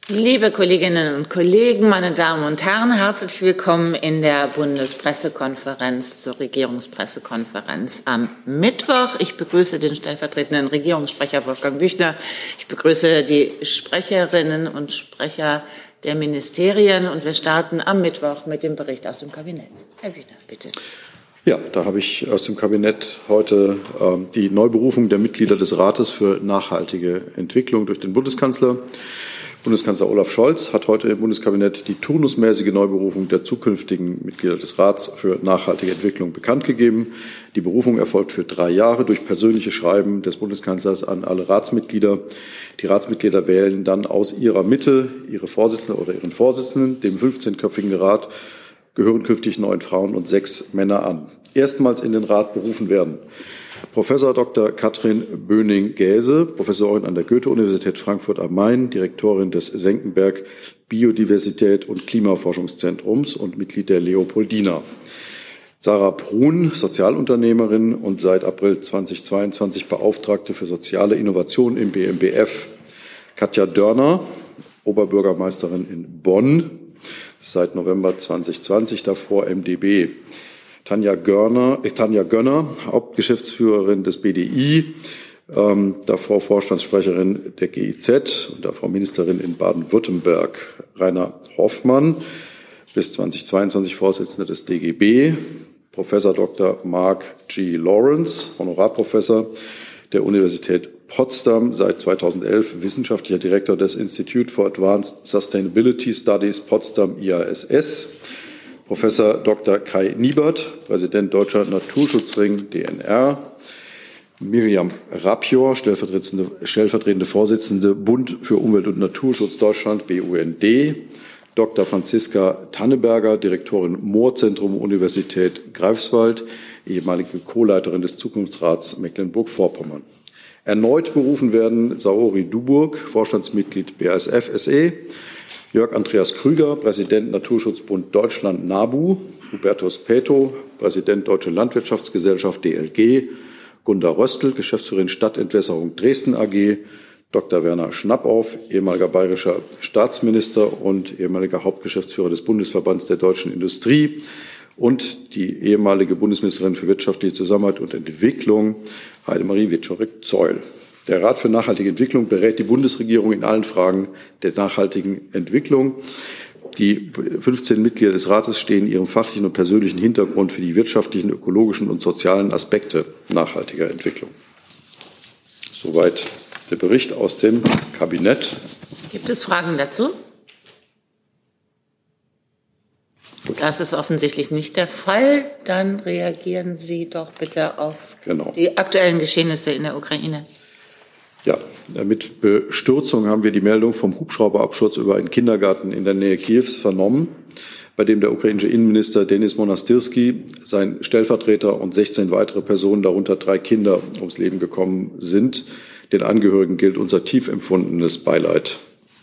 Liebe Kolleginnen und Kollegen, meine Damen und Herren, herzlich willkommen in der Bundespressekonferenz zur Regierungspressekonferenz am Mittwoch. Ich begrüße den stellvertretenden Regierungssprecher Wolfgang Büchner. Ich begrüße die Sprecherinnen und Sprecher der Ministerien und wir starten am Mittwoch mit dem Bericht aus dem Kabinett. Herr Büchner, bitte. Ja, da habe ich aus dem Kabinett heute die Neuberufung der Mitglieder des Rates für nachhaltige Entwicklung durch den Bundeskanzler. Bundeskanzler Olaf Scholz hat heute im Bundeskabinett die turnusmäßige Neuberufung der zukünftigen Mitglieder des Rats für nachhaltige Entwicklung bekannt gegeben. Die Berufung erfolgt für 3 Jahre durch persönliche Schreiben des Bundeskanzlers an alle Ratsmitglieder. Die Ratsmitglieder wählen dann aus ihrer Mitte ihre Vorsitzende oder ihren Vorsitzenden. Dem 15-köpfigen Rat gehören künftig 9 Frauen und 6 Männer an. Erstmals in den Rat berufen werden Professor Dr. Katrin Böning-Gäse, Professorin an der Goethe-Universität Frankfurt am Main, Direktorin des Senckenberg Biodiversität- und Klimaforschungszentrums und Mitglied der Leopoldina. Sarah Pruhn, Sozialunternehmerin und seit April 2022 Beauftragte für soziale Innovation im BMBF. Katja Dörner, Oberbürgermeisterin in Bonn, seit November 2020, davor MdB. Tanja Gönner, Hauptgeschäftsführerin des BDI, davor Vorstandssprecherin der GIZ und davor Ministerin in Baden-Württemberg. Rainer Hoffmann, bis 2022 Vorsitzender des DGB. Professor Dr. Mark G. Lawrence, Honorarprofessor der Universität Potsdam, seit 2011 wissenschaftlicher Direktor des Institute for Advanced Sustainability Studies Potsdam IASS. Professor Dr. Kai Niebert, Präsident Deutscher Naturschutzring DNR. Miriam Rapior, stellvertretende Vorsitzende Bund für Umwelt und Naturschutz Deutschland, BUND. Dr. Franziska Tanneberger, Direktorin Moorzentrum Universität Greifswald, ehemalige Co-Leiterin des Zukunftsrats Mecklenburg-Vorpommern. Erneut berufen werden Saori Duburg, Vorstandsmitglied BASF SE, Jörg Andreas Krüger, Präsident Naturschutzbund Deutschland NABU, Hubertus Peto, Präsident Deutsche Landwirtschaftsgesellschaft DLG, Gunda Röstl, Geschäftsführerin Stadtentwässerung Dresden AG, Dr. Werner Schnappauf, ehemaliger bayerischer Staatsminister und ehemaliger Hauptgeschäftsführer des Bundesverbands der deutschen Industrie und die ehemalige Bundesministerin für wirtschaftliche Zusammenarbeit und Entwicklung, Heidemarie Wieczorek-Zeul. Der Rat für nachhaltige Entwicklung berät die Bundesregierung in allen Fragen der nachhaltigen Entwicklung. Die 15 Mitglieder des Rates stehen ihrem fachlichen und persönlichen Hintergrund für die wirtschaftlichen, ökologischen und sozialen Aspekte nachhaltiger Entwicklung. Soweit der Bericht aus dem Kabinett. Gibt es Fragen dazu? Gut. Das ist offensichtlich nicht der Fall. Dann reagieren Sie doch bitte auf die aktuellen Geschehnisse in der Ukraine. Ja, mit Bestürzung haben wir die Meldung vom Hubschrauberabsturz über einen Kindergarten in der Nähe Kiews vernommen, bei dem der ukrainische Innenminister Denis Monastirski, sein Stellvertreter und 16 weitere Personen, darunter 3 Kinder, ums Leben gekommen sind. Den Angehörigen gilt unser tief empfundenes Beileid.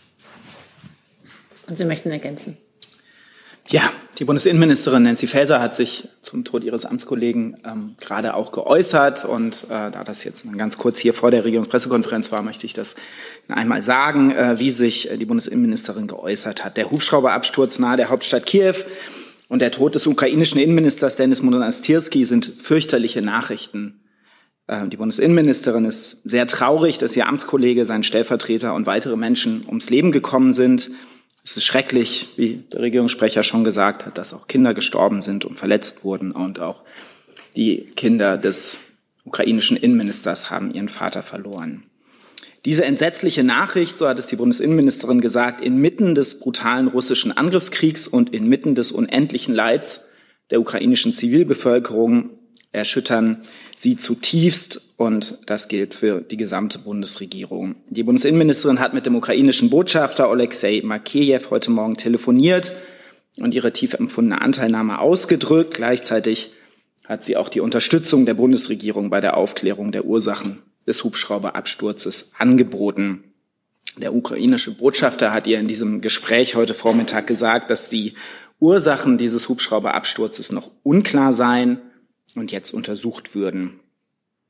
Und Sie möchten ergänzen? Ja, die Bundesinnenministerin Nancy Faeser hat sich zum Tod ihres Amtskollegen gerade auch geäußert. Und da das jetzt ganz kurz hier vor der Regierungspressekonferenz war, möchte ich das einmal sagen, wie sich die Bundesinnenministerin geäußert hat. Der Hubschrauberabsturz nahe der Hauptstadt Kiew und der Tod des ukrainischen Innenministers Denis Monastirski sind fürchterliche Nachrichten. Die Bundesinnenministerin ist sehr traurig, dass ihr Amtskollege, sein Stellvertreter und weitere Menschen ums Leben gekommen sind. Es ist schrecklich, wie der Regierungssprecher schon gesagt hat, dass auch Kinder gestorben sind und verletzt wurden. Und auch die Kinder des ukrainischen Innenministers haben ihren Vater verloren. Diese entsetzliche Nachricht, so hat es die Bundesinnenministerin gesagt, inmitten des brutalen russischen Angriffskriegs und inmitten des unendlichen Leids der ukrainischen Zivilbevölkerung erschüttern sie zutiefst, und das gilt für die gesamte Bundesregierung. Die Bundesinnenministerin hat mit dem ukrainischen Botschafter Oleksiy Makeyew heute Morgen telefoniert und ihre tief empfundene Anteilnahme ausgedrückt. Gleichzeitig hat sie auch die Unterstützung der Bundesregierung bei der Aufklärung der Ursachen des Hubschrauberabsturzes angeboten. Der ukrainische Botschafter hat ihr in diesem Gespräch heute Vormittag gesagt, dass die Ursachen dieses Hubschrauberabsturzes noch unklar seien und jetzt untersucht würden.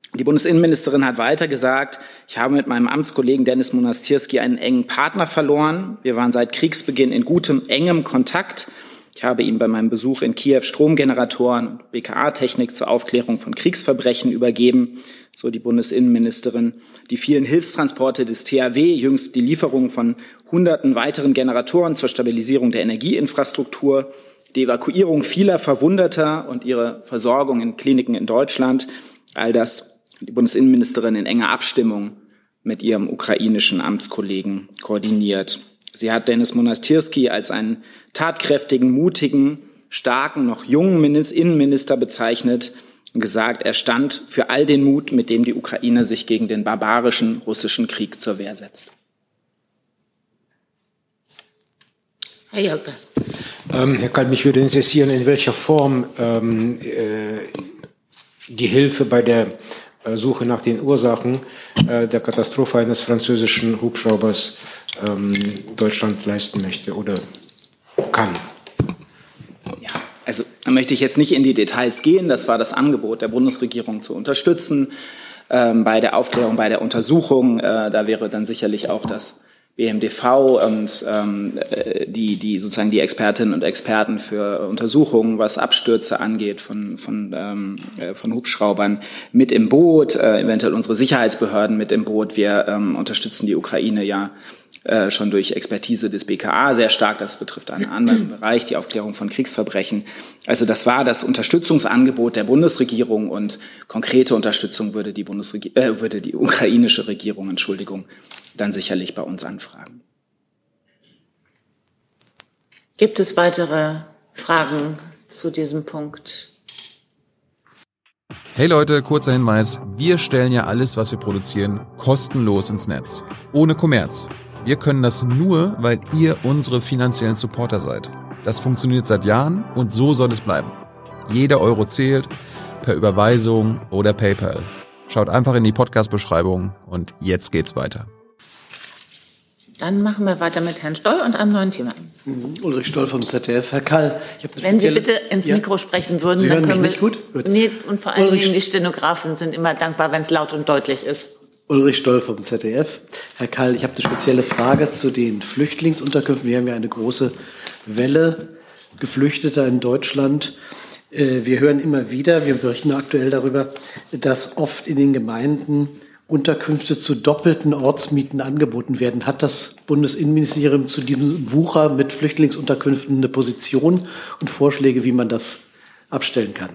Die Bundesinnenministerin hat weiter gesagt, ich habe mit meinem Amtskollegen Dennis Monastirski einen engen Partner verloren. Wir waren seit Kriegsbeginn in gutem, engem Kontakt. Ich habe ihm bei meinem Besuch in Kiew Stromgeneratoren und BKA-Technik zur Aufklärung von Kriegsverbrechen übergeben, so die Bundesinnenministerin. Die vielen Hilfstransporte des THW, jüngst die Lieferung von hunderten weiteren Generatoren zur Stabilisierung der Energieinfrastruktur, die Evakuierung vieler Verwundeter und ihre Versorgung in Kliniken in Deutschland, all das die Bundesinnenministerin in enger Abstimmung mit ihrem ukrainischen Amtskollegen koordiniert. Sie hat Dennis Monastirski als einen tatkräftigen, mutigen, starken, noch jungen Innenminister bezeichnet und gesagt, er stand für all den Mut, mit dem die Ukraine sich gegen den barbarischen russischen Krieg zur Wehr setzt. Herr Jolpe. Herr Kall, mich würde interessieren, in welcher Form die Hilfe bei der Suche nach den Ursachen der Katastrophe eines französischen Hubschraubers Deutschland leisten möchte oder kann. Ja, also da möchte ich jetzt nicht in die Details gehen. Das war das Angebot der Bundesregierung zu unterstützen bei der Aufklärung, bei der Untersuchung. Da wäre dann sicherlich auch das BMDV und die sozusagen die Expertinnen und Experten für Untersuchungen, was Abstürze angeht von Hubschraubern mit im Boot, eventuell unsere Sicherheitsbehörden mit im Boot. Wir unterstützen die Ukraine ja schon durch Expertise des BKA sehr stark. Das betrifft einen anderen Bereich, die Aufklärung von Kriegsverbrechen. Also das war das Unterstützungsangebot der Bundesregierung und konkrete Unterstützung würde die ukrainische Regierung, dann sicherlich bei uns anfragen. Gibt es weitere Fragen zu diesem Punkt? Hey Leute, kurzer Hinweis. Wir stellen ja alles, was wir produzieren, kostenlos ins Netz. Ohne Kommerz. Wir können das nur, weil ihr unsere finanziellen Supporter seid. Das funktioniert seit Jahren und so soll es bleiben. Jeder Euro zählt, per Überweisung oder PayPal. Schaut einfach in die Podcast-Beschreibung und jetzt geht's weiter. Dann machen wir weiter mit Herrn Stoll und einem neuen Thema. Ulrich Stoll vom ZDF. Herr Kall, wenn Sie bitte ins Mikro sprechen würden, Sie dann hören können mich wir. nicht gut? Nee, und vor allen Dingen die Stenografen sind immer dankbar, wenn es laut und deutlich ist. Ulrich Stoll vom ZDF. Herr Kall, ich habe eine spezielle Frage zu den Flüchtlingsunterkünften. Wir haben ja eine große Welle Geflüchteter in Deutschland. Wir hören immer wieder, wir berichten aktuell darüber, dass oft in den Gemeinden Unterkünfte zu doppelten Ortsmieten angeboten werden. Hat das Bundesinnenministerium zu diesem Wucher mit Flüchtlingsunterkünften eine Position und Vorschläge, wie man das abstellen kann?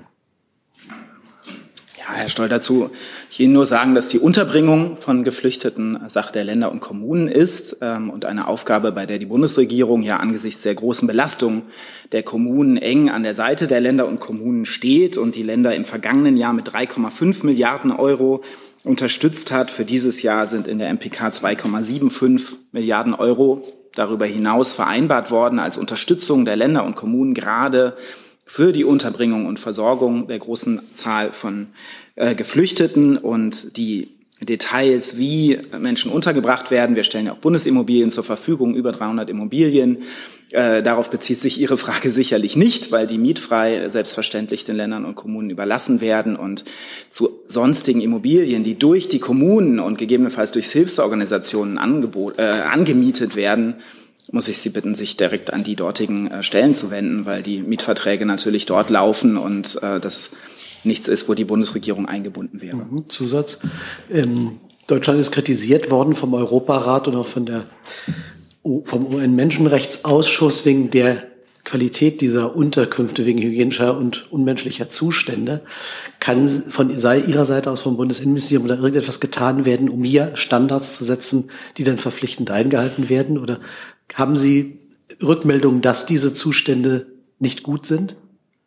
Ja, Herr Stoll, dazu ich Ihnen nur sagen, dass die Unterbringung von Geflüchteten Sache der Länder und Kommunen ist und eine Aufgabe, bei der die Bundesregierung ja angesichts der großen Belastung der Kommunen eng an der Seite der Länder und Kommunen steht und die Länder im vergangenen Jahr mit 3,5 Milliarden Euro unterstützt hat. Für dieses Jahr sind in der MPK 2,75 Milliarden Euro darüber hinaus vereinbart worden als Unterstützung der Länder und Kommunen, gerade für die Unterbringung und Versorgung der großen Zahl von Geflüchteten und die Details, wie Menschen untergebracht werden. Wir stellen ja auch Bundesimmobilien zur Verfügung, über 300 Immobilien. Darauf bezieht sich Ihre Frage sicherlich nicht, weil die mietfrei selbstverständlich den Ländern und Kommunen überlassen werden und zu sonstigen Immobilien, die durch die Kommunen und gegebenenfalls durch Hilfsorganisationen angemietet werden, muss ich Sie bitten, sich direkt an die dortigen Stellen zu wenden, weil die Mietverträge natürlich dort laufen und das nichts ist, wo die Bundesregierung eingebunden wäre. Zusatz. Deutschland ist kritisiert worden vom Europarat und auch vom UN-Menschenrechtsausschuss wegen der Qualität dieser Unterkünfte, wegen hygienischer und unmenschlicher Zustände. Kann von Ihrer Seite aus vom Bundesinnenministerium da irgendetwas getan werden, um hier Standards zu setzen, die dann verpflichtend eingehalten werden? Oder haben Sie Rückmeldungen, dass diese Zustände nicht gut sind?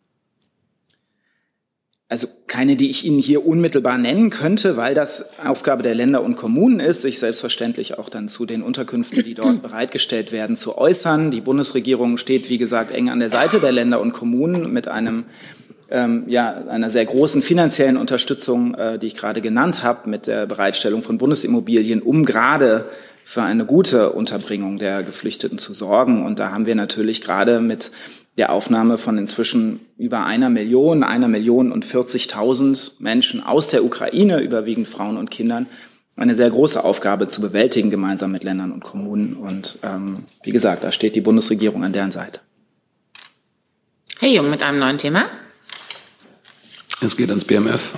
Also keine, die ich Ihnen hier unmittelbar nennen könnte, weil das Aufgabe der Länder und Kommunen ist, sich selbstverständlich auch dann zu den Unterkünften, die dort bereitgestellt werden, zu äußern. Die Bundesregierung steht, wie gesagt, eng an der Seite der Länder und Kommunen mit einer sehr großen finanziellen Unterstützung, die ich gerade genannt habe, mit der Bereitstellung von Bundesimmobilien, um gerade für eine gute Unterbringung der Geflüchteten zu sorgen. Und da haben wir natürlich gerade mit der Aufnahme von inzwischen über 1.040.000 Menschen aus der Ukraine, überwiegend Frauen und Kindern, eine sehr große Aufgabe zu bewältigen, gemeinsam mit Ländern und Kommunen. Und wie gesagt, da steht die Bundesregierung an deren Seite. Herr Jung mit einem neuen Thema. Es geht ans BMF.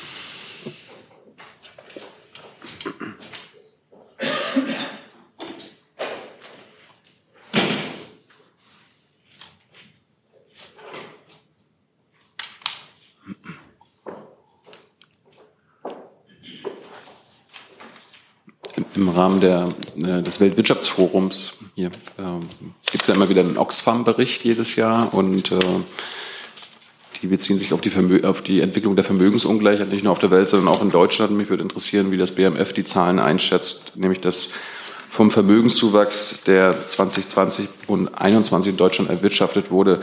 Im Rahmen des Weltwirtschaftsforums hier gibt es ja immer wieder einen Oxfam-Bericht jedes Jahr und die beziehen sich auf die Entwicklung der Vermögensungleichheit, nicht nur auf der Welt, sondern auch in Deutschland. Mich würde interessieren, wie das BMF die Zahlen einschätzt, nämlich dass vom Vermögenszuwachs, der 2020 und 2021 in Deutschland erwirtschaftet wurde,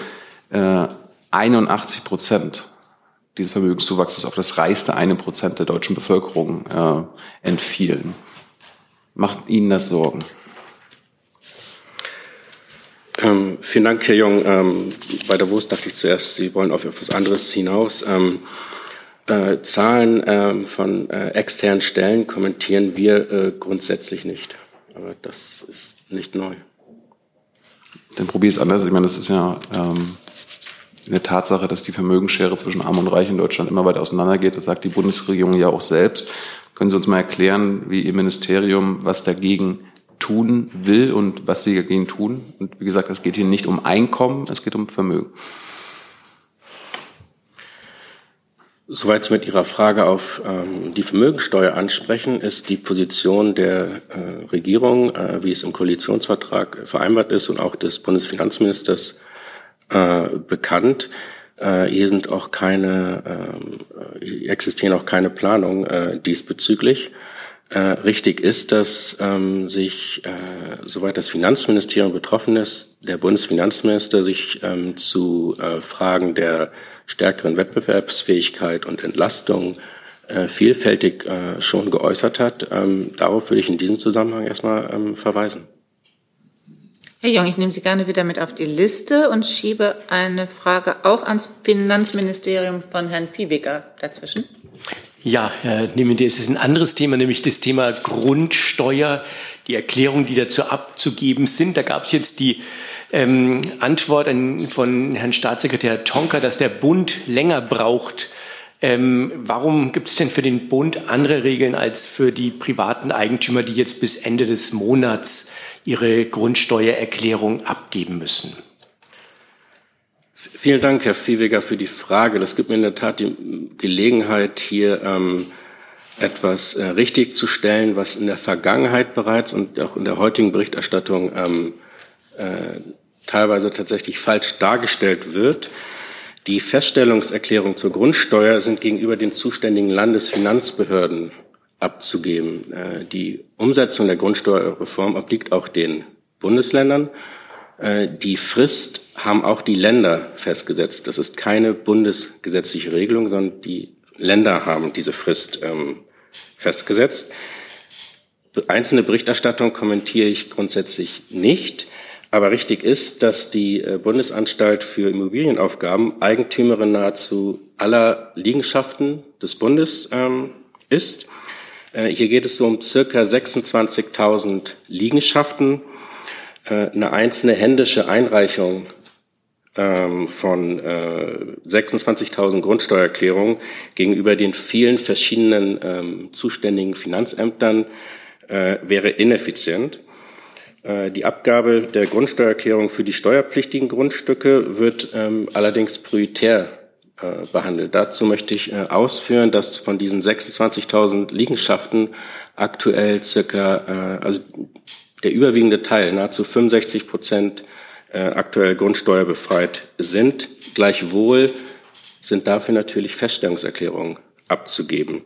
81% dieses Vermögenszuwachses auf das reichste 1% der deutschen Bevölkerung entfielen. Macht Ihnen das Sorgen? Vielen Dank, Herr Jung. Bei Davos dachte ich zuerst, Sie wollen auf etwas anderes hinaus. Zahlen von externen Stellen kommentieren wir grundsätzlich nicht. Aber das ist nicht neu. Dann probiere ich es anders. Ich meine, das ist ja eine Tatsache, dass die Vermögensschere zwischen Arm und Reich in Deutschland immer weiter auseinandergeht. Das sagt die Bundesregierung ja auch selbst. Können Sie uns mal erklären, wie Ihr Ministerium was dagegen tun will und was Sie dagegen tun? Und wie gesagt, es geht hier nicht um Einkommen, es geht um Vermögen. Soweit Sie mit Ihrer Frage auf die Vermögensteuer ansprechen, ist die Position der Regierung, wie es im Koalitionsvertrag vereinbart ist und auch des Bundesfinanzministers bekannt. Hier existieren auch keine Planungen diesbezüglich. Richtig ist, dass sich, soweit das Finanzministerium betroffen ist, der Bundesfinanzminister sich zu Fragen der stärkeren Wettbewerbsfähigkeit und Entlastung vielfältig schon geäußert hat. Darauf würde ich in diesem Zusammenhang erstmal verweisen. Herr Jung, ich nehme Sie gerne wieder mit auf die Liste und schiebe eine Frage auch ans Finanzministerium von Herrn Viehweger dazwischen. Ja, Herr Niemeyer, es ist ein anderes Thema, nämlich das Thema Grundsteuer, die Erklärungen, die dazu abzugeben sind. Da gab es jetzt die Antwort von Herrn Staatssekretär Tonka, dass der Bund länger braucht. Warum gibt es denn für den Bund andere Regeln als für die privaten Eigentümer, die jetzt bis Ende des Monats ihre Grundsteuererklärung abgeben müssen? Vielen Dank, Herr Viehweger, für die Frage. Das gibt mir in der Tat die Gelegenheit, hier etwas richtig zu stellen, was in der Vergangenheit bereits und auch in der heutigen Berichterstattung teilweise tatsächlich falsch dargestellt wird. Die Feststellungserklärung zur Grundsteuer sind gegenüber den zuständigen Landesfinanzbehörden abzugeben. Die Umsetzung der Grundsteuerreform obliegt auch den Bundesländern. Die Frist haben auch die Länder festgesetzt. Das ist keine bundesgesetzliche Regelung, sondern die Länder haben diese Frist festgesetzt. Einzelne Berichterstattung kommentiere ich grundsätzlich nicht. Aber richtig ist, dass die Bundesanstalt für Immobilienaufgaben Eigentümerin nahezu aller Liegenschaften des Bundes ist. Hier geht es so um circa 26.000 Liegenschaften. Eine einzelne händische Einreichung von 26.000 Grundsteuererklärungen gegenüber den vielen verschiedenen zuständigen Finanzämtern wäre ineffizient. Die Abgabe der Grundsteuererklärung für die steuerpflichtigen Grundstücke wird allerdings prioritär behandelt. Dazu möchte ich ausführen, dass von diesen 26.000 Liegenschaften aktuell also der überwiegende Teil, nahezu 65%, aktuell grundsteuerbefreit sind. Gleichwohl sind dafür natürlich Feststellungserklärungen abzugeben.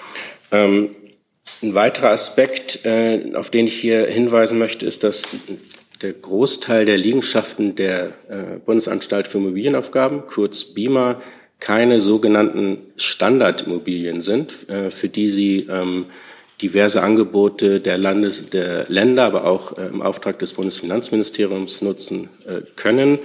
Ein weiterer Aspekt, auf den ich hier hinweisen möchte, ist, dass der Großteil der Liegenschaften der Bundesanstalt für Immobilienaufgaben, kurz BIMA, keine sogenannten Standardimmobilien sind, für die sie diverse Angebote der Länder, aber auch im Auftrag des Bundesfinanzministeriums nutzen können.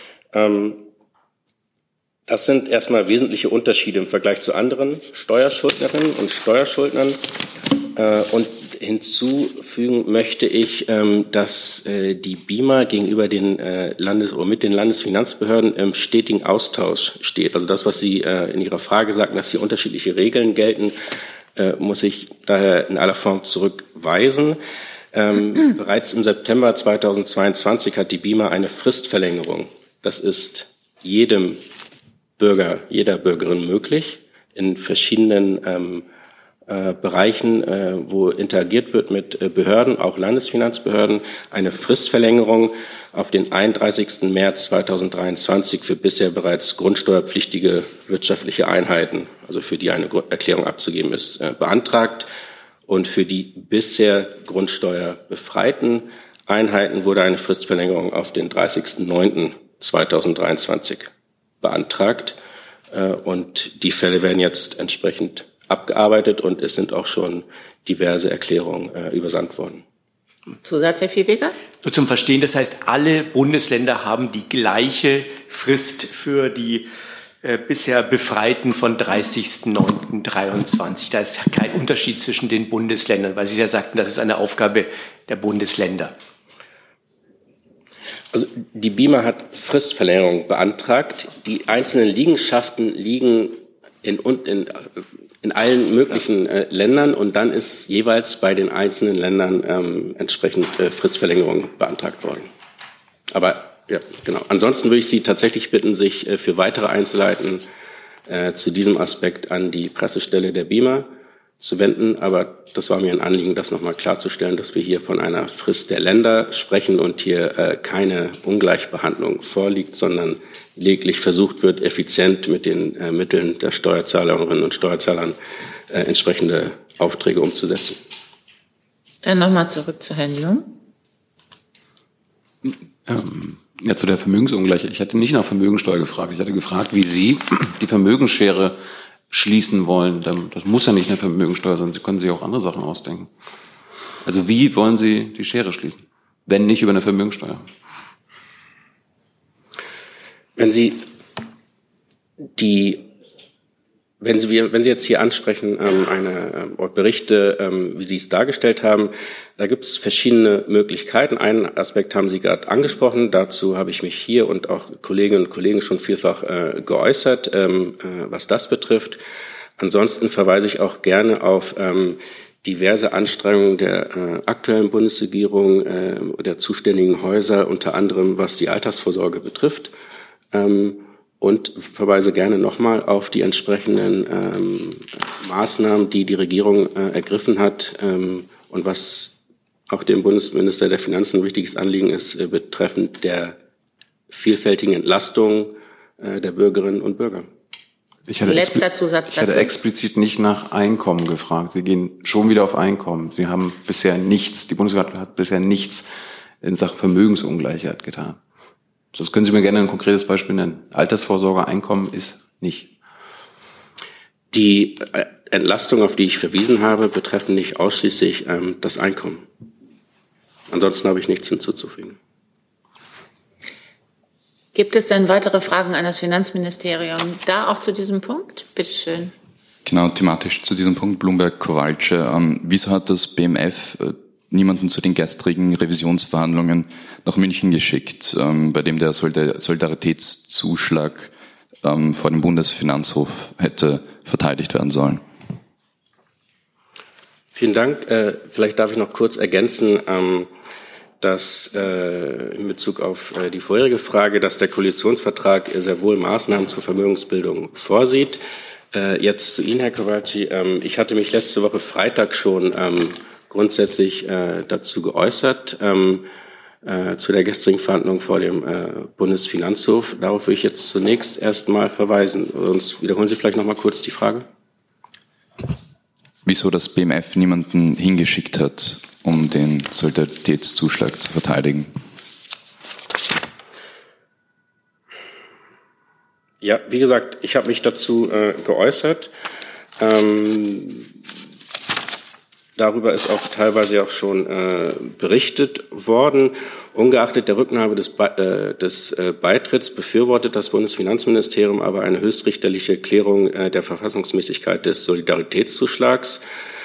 Das sind erstmal wesentliche Unterschiede im Vergleich zu anderen Steuerschuldnerinnen und Steuerschuldnern. Und hinzufügen möchte ich, dass die BIMA gegenüber mit den Landesfinanzbehörden im stetigen Austausch steht. Also das, was Sie in Ihrer Frage sagten, dass hier unterschiedliche Regeln gelten, muss ich daher in aller Form zurückweisen. Bereits im September 2022 hat die BIMA eine Fristverlängerung. Das ist jedem Bürger, jeder Bürgerin möglich in verschiedenen Bereichen, wo interagiert wird mit Behörden, auch Landesfinanzbehörden, eine Fristverlängerung auf den 31. März 2023 für bisher bereits grundsteuerpflichtige wirtschaftliche Einheiten, also für die eine Erklärung abzugeben ist, beantragt. Und für die bisher grundsteuerbefreiten Einheiten wurde eine Fristverlängerung auf den 30.09.2023 beantragt. Und die Fälle werden jetzt entsprechend abgearbeitet und es sind auch schon diverse Erklärungen übersandt worden. Zusatz, Herr Viehweger? Nur zum Verstehen, das heißt, alle Bundesländer haben die gleiche Frist für die bisher Befreiten von 30.09.23. Da ist kein Unterschied zwischen den Bundesländern, weil Sie ja sagten, das ist eine Aufgabe der Bundesländer. Also die BIMA hat Fristverlängerung beantragt. Die einzelnen Liegenschaften liegen in allen möglichen Ländern und dann ist jeweils bei den einzelnen Ländern entsprechend Fristverlängerung beantragt worden. Aber ja, genau. Ansonsten würde ich Sie tatsächlich bitten, sich für weitere Einzelheiten zu diesem Aspekt an die Pressestelle der BIMA zu wenden. Aber das war mir ein Anliegen, das nochmal klarzustellen, dass wir hier von einer Frist der Länder sprechen und hier keine Ungleichbehandlung vorliegt, sondern lediglich versucht wird, effizient mit den Mitteln der Steuerzahlerinnen und Steuerzahlern entsprechende Aufträge umzusetzen. Dann nochmal zurück zu Herrn Jung. Ja, zu der Vermögensungleichheit. Ich hatte nicht nach Vermögensteuer gefragt. Ich hatte gefragt, wie Sie die Vermögensschere schließen wollen. Das muss ja nicht eine Vermögensteuer sein. Sie können sich auch andere Sachen ausdenken. Also wie wollen Sie die Schere schließen, wenn nicht über eine Vermögensteuer? Wenn Sie jetzt hier ansprechen, Berichte, wie Sie es dargestellt haben, da gibt es verschiedene Möglichkeiten. Einen Aspekt haben Sie gerade angesprochen. Dazu habe ich mich hier und auch Kolleginnen und Kollegen schon vielfach geäußert, was das betrifft. Ansonsten verweise ich auch gerne auf diverse Anstrengungen der aktuellen Bundesregierung, der zuständigen Häuser, unter anderem was die Altersvorsorge betrifft. Und verweise gerne nochmal auf die entsprechenden Maßnahmen, die die Regierung ergriffen hat und was auch dem Bundesminister der Finanzen ein wichtiges Anliegen ist, betreffend der vielfältigen Entlastung der Bürgerinnen und Bürger. Ich hatte explizit nicht nach Einkommen gefragt. Sie gehen schon wieder auf Einkommen. Sie haben bisher nichts, die Bundesregierung hat bisher nichts in Sachen Vermögensungleichheit getan. Das können Sie mir gerne ein konkretes Beispiel nennen. Altersvorsorge, Einkommen ist nicht. Die Entlastung, auf die ich verwiesen habe, betreffen nicht ausschließlich das Einkommen. Ansonsten habe ich nichts hinzuzufügen. Gibt es denn weitere Fragen an das Finanzministerium? Da auch zu diesem Punkt? Bitte schön. Genau, thematisch zu diesem Punkt. Bloomberg-Kowalsche. Wieso hat das BMF niemanden zu den gestrigen Revisionsverhandlungen nach München geschickt, bei dem der Solidaritätszuschlag vor dem Bundesfinanzhof hätte verteidigt werden sollen? Vielen Dank. Vielleicht darf ich noch kurz ergänzen, dass in Bezug auf die vorherige Frage, dass der Koalitionsvertrag sehr wohl Maßnahmen zur Vermögensbildung vorsieht. Jetzt zu Ihnen, Herr Kowalski. Ich hatte mich letzte Woche Freitag schon grundsätzlich dazu geäußert, zu der gestrigen Verhandlung vor dem Bundesfinanzhof. Darauf will ich jetzt zunächst erstmal verweisen. Sonst wiederholen Sie vielleicht noch mal kurz die Frage. Wieso das BMF niemanden hingeschickt hat, um den Solidaritätszuschlag zu verteidigen? Ja, wie gesagt, ich habe mich dazu geäußert. darüber ist auch teilweise auch schon berichtet worden. Ungeachtet der Rücknahme des Beitritts befürwortet das Bundesfinanzministerium aber eine höchstrichterliche Klärung der Verfassungsmäßigkeit des Solidaritätszuschlags.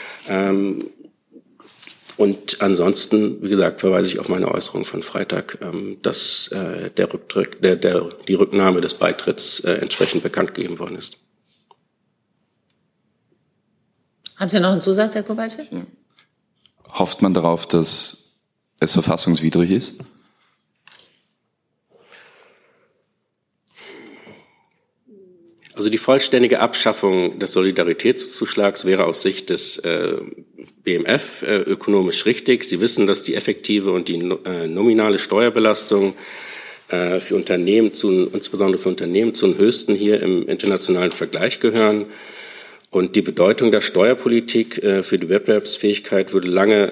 Und ansonsten, wie gesagt, verweise ich auf meine Äußerung von Freitag, dass die Rücknahme des Beitritts entsprechend bekannt gegeben worden ist. Haben Sie noch einen Zusatz, Herr Kowalczyk? Hofft man darauf, dass es verfassungswidrig ist? Also die vollständige Abschaffung des Solidaritätszuschlags wäre aus Sicht des BMF ökonomisch richtig. Sie wissen, dass die effektive und die nominale Steuerbelastung für Unternehmen, insbesondere für Unternehmen, zu den höchsten hier im internationalen Vergleich gehören. Und die Bedeutung der Steuerpolitik für die Wettbewerbsfähigkeit wurde lange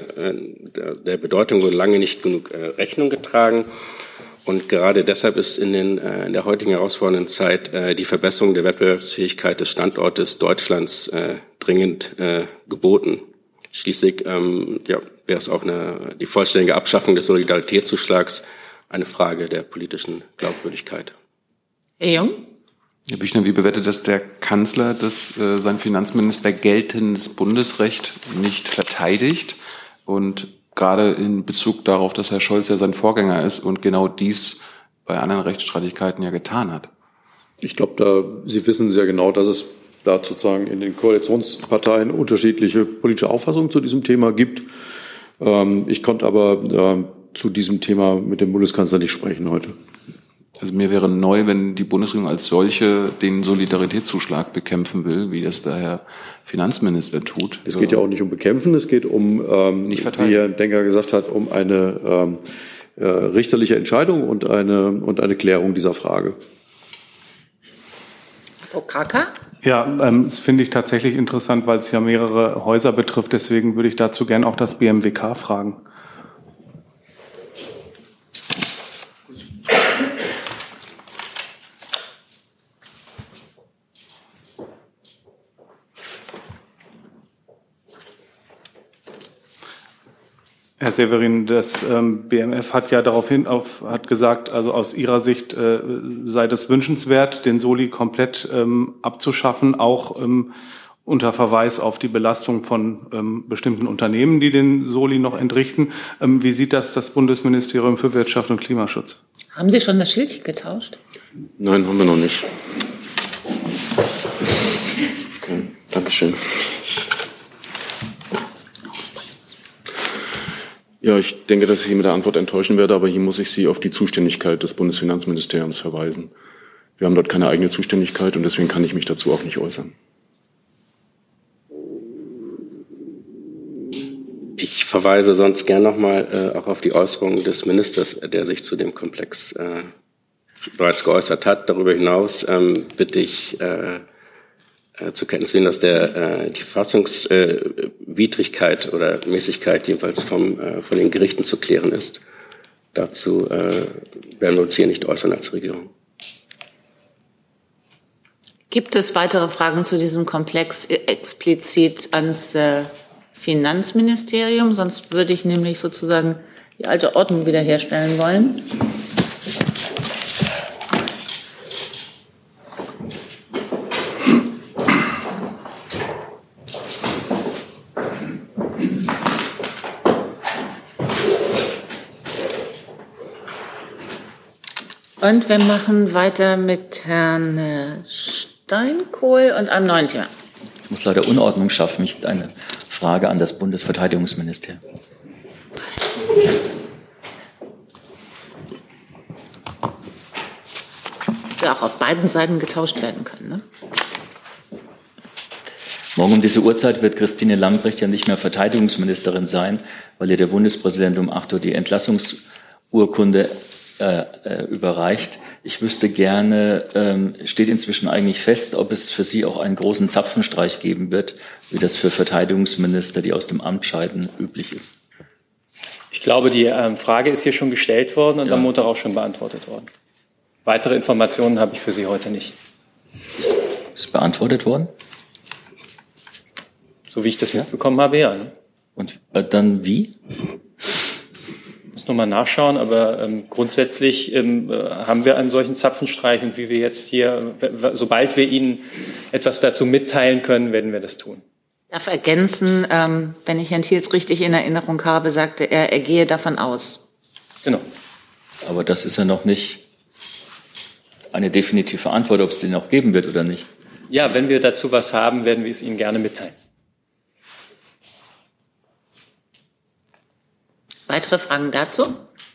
nicht genug Rechnung getragen. Und gerade deshalb ist in der heutigen herausfordernden Zeit die Verbesserung der Wettbewerbsfähigkeit des Standortes Deutschlands dringend geboten. Schließlich wäre es auch die vollständige Abschaffung des Solidaritätszuschlags eine Frage der politischen Glaubwürdigkeit. Herr Jung? Herr Büchner, wie bewertet das der Kanzler, dass sein Finanzminister geltendes Bundesrecht nicht verteidigt und gerade in Bezug darauf, dass Herr Scholz ja sein Vorgänger ist und genau dies bei anderen Rechtsstreitigkeiten ja getan hat? Ich glaube, Sie wissen sehr genau, dass es da sozusagen in den Koalitionsparteien unterschiedliche politische Auffassungen zu diesem Thema gibt. Ich konnte aber zu diesem Thema mit dem Bundeskanzler nicht sprechen heute. Also mir wäre neu, wenn die Bundesregierung als solche den Solidaritätszuschlag bekämpfen will, wie das der Herr Finanzminister tut. Es geht ja auch nicht um Bekämpfen, es geht um, wie Herr Denker gesagt hat, um eine richterliche Entscheidung und eine Klärung dieser Frage. Okaka? Ja, das finde ich tatsächlich interessant, weil es ja mehrere Häuser betrifft. Deswegen würde ich dazu gern auch das BMWK fragen. Herr Severin, das BMF hat ja hat gesagt, also aus Ihrer Sicht sei das wünschenswert, den Soli komplett abzuschaffen, auch unter Verweis auf die Belastung von bestimmten Unternehmen, die den Soli noch entrichten. Wie sieht das Bundesministerium für Wirtschaft und Klimaschutz? Haben Sie schon das Schildchen getauscht? Nein, haben wir noch nicht. Okay, Dankeschön. Ja, ich denke, dass ich Sie mit der Antwort enttäuschen werde, aber hier muss ich Sie auf die Zuständigkeit des Bundesfinanzministeriums verweisen. Wir haben dort keine eigene Zuständigkeit und deswegen kann ich mich dazu auch nicht äußern. Ich verweise sonst gern nochmal auch auf die Äußerungen des Ministers, der sich zu dem Komplex bereits geäußert hat. Darüber hinaus bitte ich zur Kenntnis nehmen, dass die Verfassungswidrigkeit oder Mäßigkeit jedenfalls von den Gerichten zu klären ist. Dazu werden wir uns hier nicht äußern als Regierung. Gibt es weitere Fragen zu diesem Komplex explizit ans Finanzministerium? Sonst würde ich nämlich sozusagen die alte Ordnung wiederherstellen wollen. Und wir machen weiter mit Herrn Steinkohl und einem neuen Thema. Ich muss leider Unordnung schaffen. Ich habe eine Frage an das Bundesverteidigungsministerium. Das ja auch auf beiden Seiten getauscht werden können, ne? Morgen um diese Uhrzeit wird Christine Lambrecht ja nicht mehr Verteidigungsministerin sein, weil ihr der Bundespräsident um 8 Uhr die Entlassungsurkunde überreicht. Ich wüsste gerne, steht inzwischen eigentlich fest, ob es für Sie auch einen großen Zapfenstreich geben wird, wie das für Verteidigungsminister, die aus dem Amt scheiden, üblich ist? Ich glaube, die Frage ist hier schon gestellt worden und am Montag auch schon beantwortet worden. Weitere Informationen habe ich für Sie heute nicht. Ist beantwortet worden? So wie ich das mitbekommen habe, ja. Ne? Und dann wie? Ich muss nochmal nachschauen, aber grundsätzlich haben wir einen solchen Zapfenstreich und wie wir jetzt hier, sobald wir Ihnen etwas dazu mitteilen können, werden wir das tun. Ich darf ergänzen, wenn ich Herrn Thiels richtig in Erinnerung habe, sagte er gehe davon aus. Genau. Aber das ist ja noch nicht eine definitive Antwort, ob es den auch geben wird oder nicht. Ja, wenn wir dazu was haben, werden wir es Ihnen gerne mitteilen. Weitere Fragen dazu?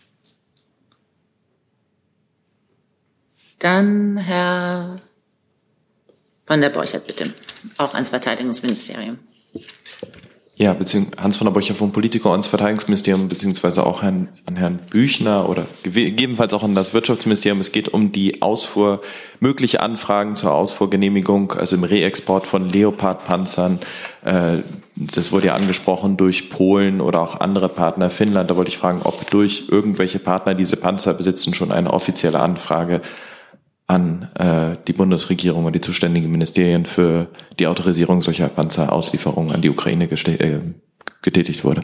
Dann Herr von der Borchert, bitte. Auch ans Verteidigungsministerium. Ja, Hans von der Borchert vom Politico ans Verteidigungsministerium, beziehungsweise auch an Herrn Büchner oder gegebenenfalls auch an das Wirtschaftsministerium. Es geht um die Ausfuhr, mögliche Anfragen zur Ausfuhrgenehmigung, also im Reexport von Leopard-Panzern. Das wurde ja angesprochen durch Polen oder auch andere Partner, Finnland. Da wollte ich fragen, ob durch irgendwelche Partner, die diese Panzer besitzen, schon eine offizielle Anfrage an die Bundesregierung und die zuständigen Ministerien für die Autorisierung solcher Panzerauslieferungen an die Ukraine getätigt wurde.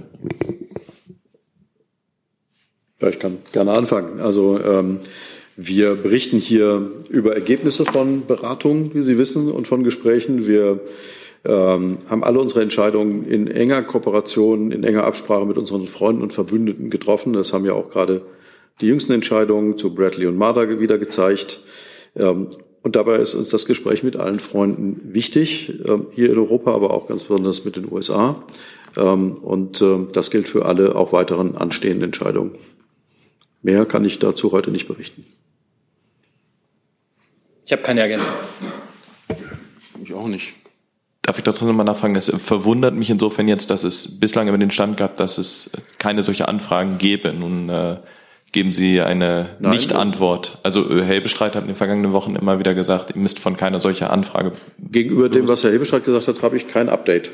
Ja, ich kann gerne anfangen. Also wir berichten hier über Ergebnisse von Beratungen, wie Sie wissen, und von Gesprächen. Wir haben alle unsere Entscheidungen in enger Kooperation, in enger Absprache mit unseren Freunden und Verbündeten getroffen. Das haben ja auch gerade die jüngsten Entscheidungen zu Bradley und Marder wieder gezeigt. Und dabei ist uns das Gespräch mit allen Freunden wichtig, hier in Europa, aber auch ganz besonders mit den USA. Und das gilt für alle auch weiteren anstehenden Entscheidungen. Mehr kann ich dazu heute nicht berichten. Ich habe keine Ergänzung. Ich auch nicht. Darf ich trotzdem nochmal nachfragen? Es verwundert mich insofern jetzt, dass es bislang über den Stand gab, dass es keine solche Anfragen gäbe. Nun geben Sie eine Nicht-Antwort. Also Herr Hebestreit hat in den vergangenen Wochen immer wieder gesagt, ihr müsst von keiner solcher Anfrage. Gegenüber dem, was Herr Hebestreit gesagt hat, habe ich kein Update.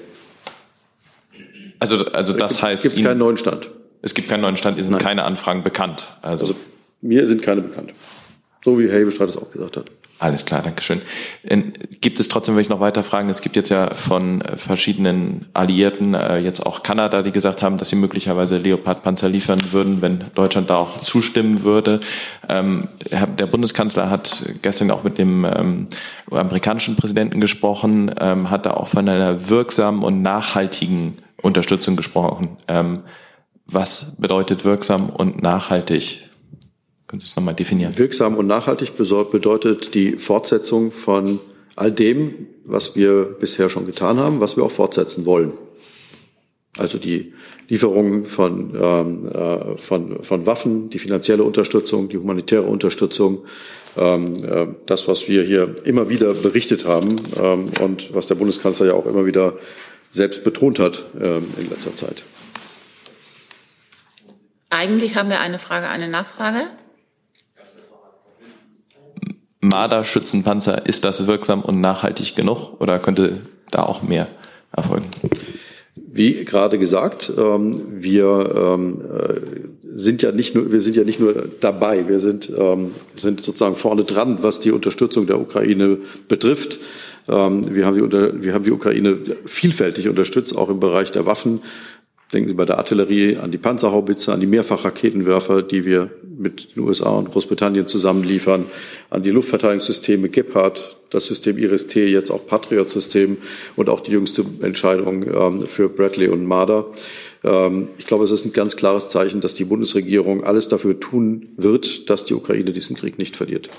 Also das heißt, gibt es keinen neuen Stand? Es gibt keinen neuen Stand, es sind keine Anfragen bekannt. Also mir sind keine bekannt. So wie Herr Hebestreit es auch gesagt hat. Alles klar, Dankeschön. Gibt es trotzdem, wenn ich noch weiter fragen, es gibt jetzt ja von verschiedenen Alliierten, jetzt auch Kanada, die gesagt haben, dass sie möglicherweise Leopard-Panzer liefern würden, wenn Deutschland da auch zustimmen würde. Der Bundeskanzler hat gestern auch mit dem amerikanischen Präsidenten gesprochen, hat da auch von einer wirksamen und nachhaltigen Unterstützung gesprochen. Was bedeutet wirksam und nachhaltig? Können Sie es nochmal definieren? Wirksam und nachhaltig bedeutet die Fortsetzung von all dem, was wir bisher schon getan haben, was wir auch fortsetzen wollen. Also die Lieferung von Waffen, die finanzielle Unterstützung, die humanitäre Unterstützung, das, was wir hier immer wieder berichtet haben und was der Bundeskanzler ja auch immer wieder selbst betont hat in letzter Zeit. Eigentlich haben wir eine Frage, eine Nachfrage. Marder-Schützenpanzer, ist das wirksam und nachhaltig genug oder könnte da auch mehr erfolgen? Wie gerade gesagt, wir sind ja nicht nur dabei, wir sind sozusagen vorne dran, was die Unterstützung der Ukraine betrifft. Wir haben die Ukraine vielfältig unterstützt, auch im Bereich der Waffen. Denken Sie bei der Artillerie an die Panzerhaubitze, an die Mehrfachraketenwerfer, die wir mit den USA und Großbritannien zusammen liefern, an die Luftverteidigungssysteme Gepard, das System Iris-T, jetzt auch Patriot-System und auch die jüngste Entscheidung für Bradley und Marder. Ich glaube, es ist ein ganz klares Zeichen, dass die Bundesregierung alles dafür tun wird, dass die Ukraine diesen Krieg nicht verliert.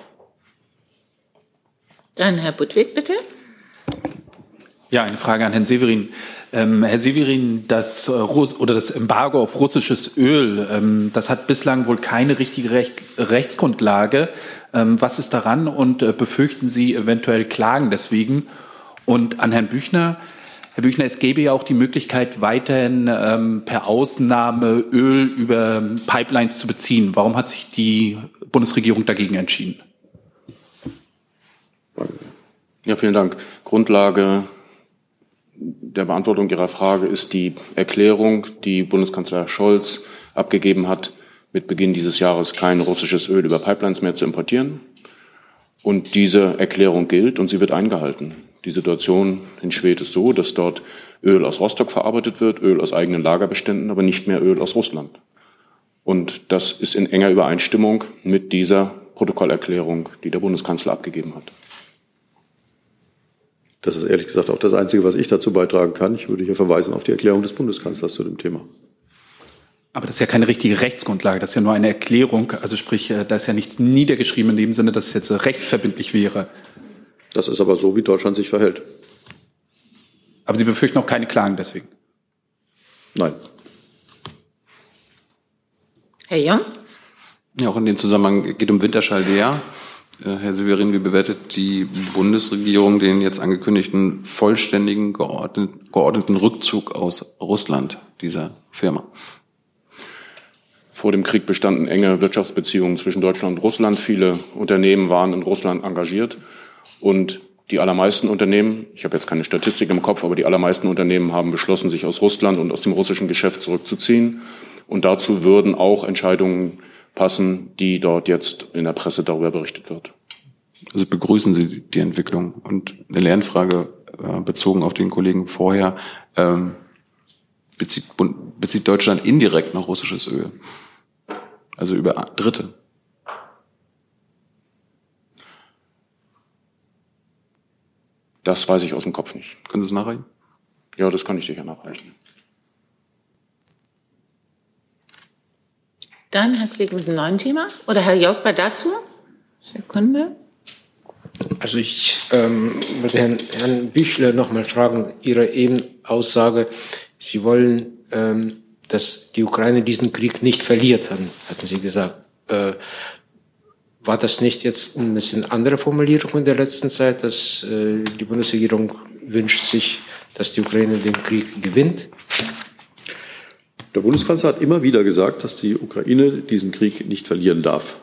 Dann Herr Budwig, bitte. Ja, eine Frage an Herrn Severin. Herr Severin, das Embargo auf russisches Öl, das hat bislang wohl keine richtige Rechtsgrundlage. Was ist daran und befürchten Sie eventuell Klagen deswegen? Und an Herrn Büchner. Herr Büchner, es gäbe ja auch die Möglichkeit, weiterhin per Ausnahme Öl über Pipelines zu beziehen. Warum hat sich die Bundesregierung dagegen entschieden? Ja, vielen Dank. Grundlage der Beantwortung Ihrer Frage ist die Erklärung, die Bundeskanzler Scholz abgegeben hat, mit Beginn dieses Jahres kein russisches Öl über Pipelines mehr zu importieren. Und diese Erklärung gilt und sie wird eingehalten. Die Situation in Schwedt ist so, dass dort Öl aus Rostock verarbeitet wird, Öl aus eigenen Lagerbeständen, aber nicht mehr Öl aus Russland. Und das ist in enger Übereinstimmung mit dieser Protokollerklärung, die der Bundeskanzler abgegeben hat. Das ist ehrlich gesagt auch das Einzige, was ich dazu beitragen kann. Ich würde hier verweisen auf die Erklärung des Bundeskanzlers zu dem Thema. Aber das ist ja keine richtige Rechtsgrundlage, das ist ja nur eine Erklärung. Also sprich, da ist ja nichts niedergeschrieben in dem Sinne, dass es jetzt rechtsverbindlich wäre. Das ist aber so, wie Deutschland sich verhält. Aber Sie befürchten auch keine Klagen deswegen? Nein. Herr Jung? Ja, auch in dem Zusammenhang geht um Winterschall-Dea. Herr Severin, wie bewertet die Bundesregierung den jetzt angekündigten vollständigen geordneten Rückzug aus Russland dieser Firma? Vor dem Krieg bestanden enge Wirtschaftsbeziehungen zwischen Deutschland und Russland. Viele Unternehmen waren in Russland engagiert. Und die allermeisten Unternehmen, ich habe jetzt keine Statistik im Kopf, aber die allermeisten Unternehmen haben beschlossen, sich aus Russland und aus dem russischen Geschäft zurückzuziehen. Und dazu würden auch Entscheidungen passen, die dort jetzt in der Presse darüber berichtet wird. Also begrüßen Sie die Entwicklung? Und eine Lernfrage bezogen auf den Kollegen vorher. Bezieht Deutschland indirekt noch russisches Öl? Also über Dritte? Das weiß ich aus dem Kopf nicht. Können Sie es nachreichen? Ja, das kann ich sicher nachreichen. Dann Herr Kollege mit einem neuen Thema. Oder Herr Jauch war dazu? Sekunde. Also ich würde Herrn Büchler noch mal fragen, Ihre eben Aussage, Sie wollen, dass die Ukraine diesen Krieg nicht verliert, hatten Sie gesagt. War das nicht jetzt ein bisschen andere Formulierung in der letzten Zeit, dass die Bundesregierung wünscht sich, dass die Ukraine den Krieg gewinnt? Der Bundeskanzler hat immer wieder gesagt, dass die Ukraine diesen Krieg nicht verlieren darf.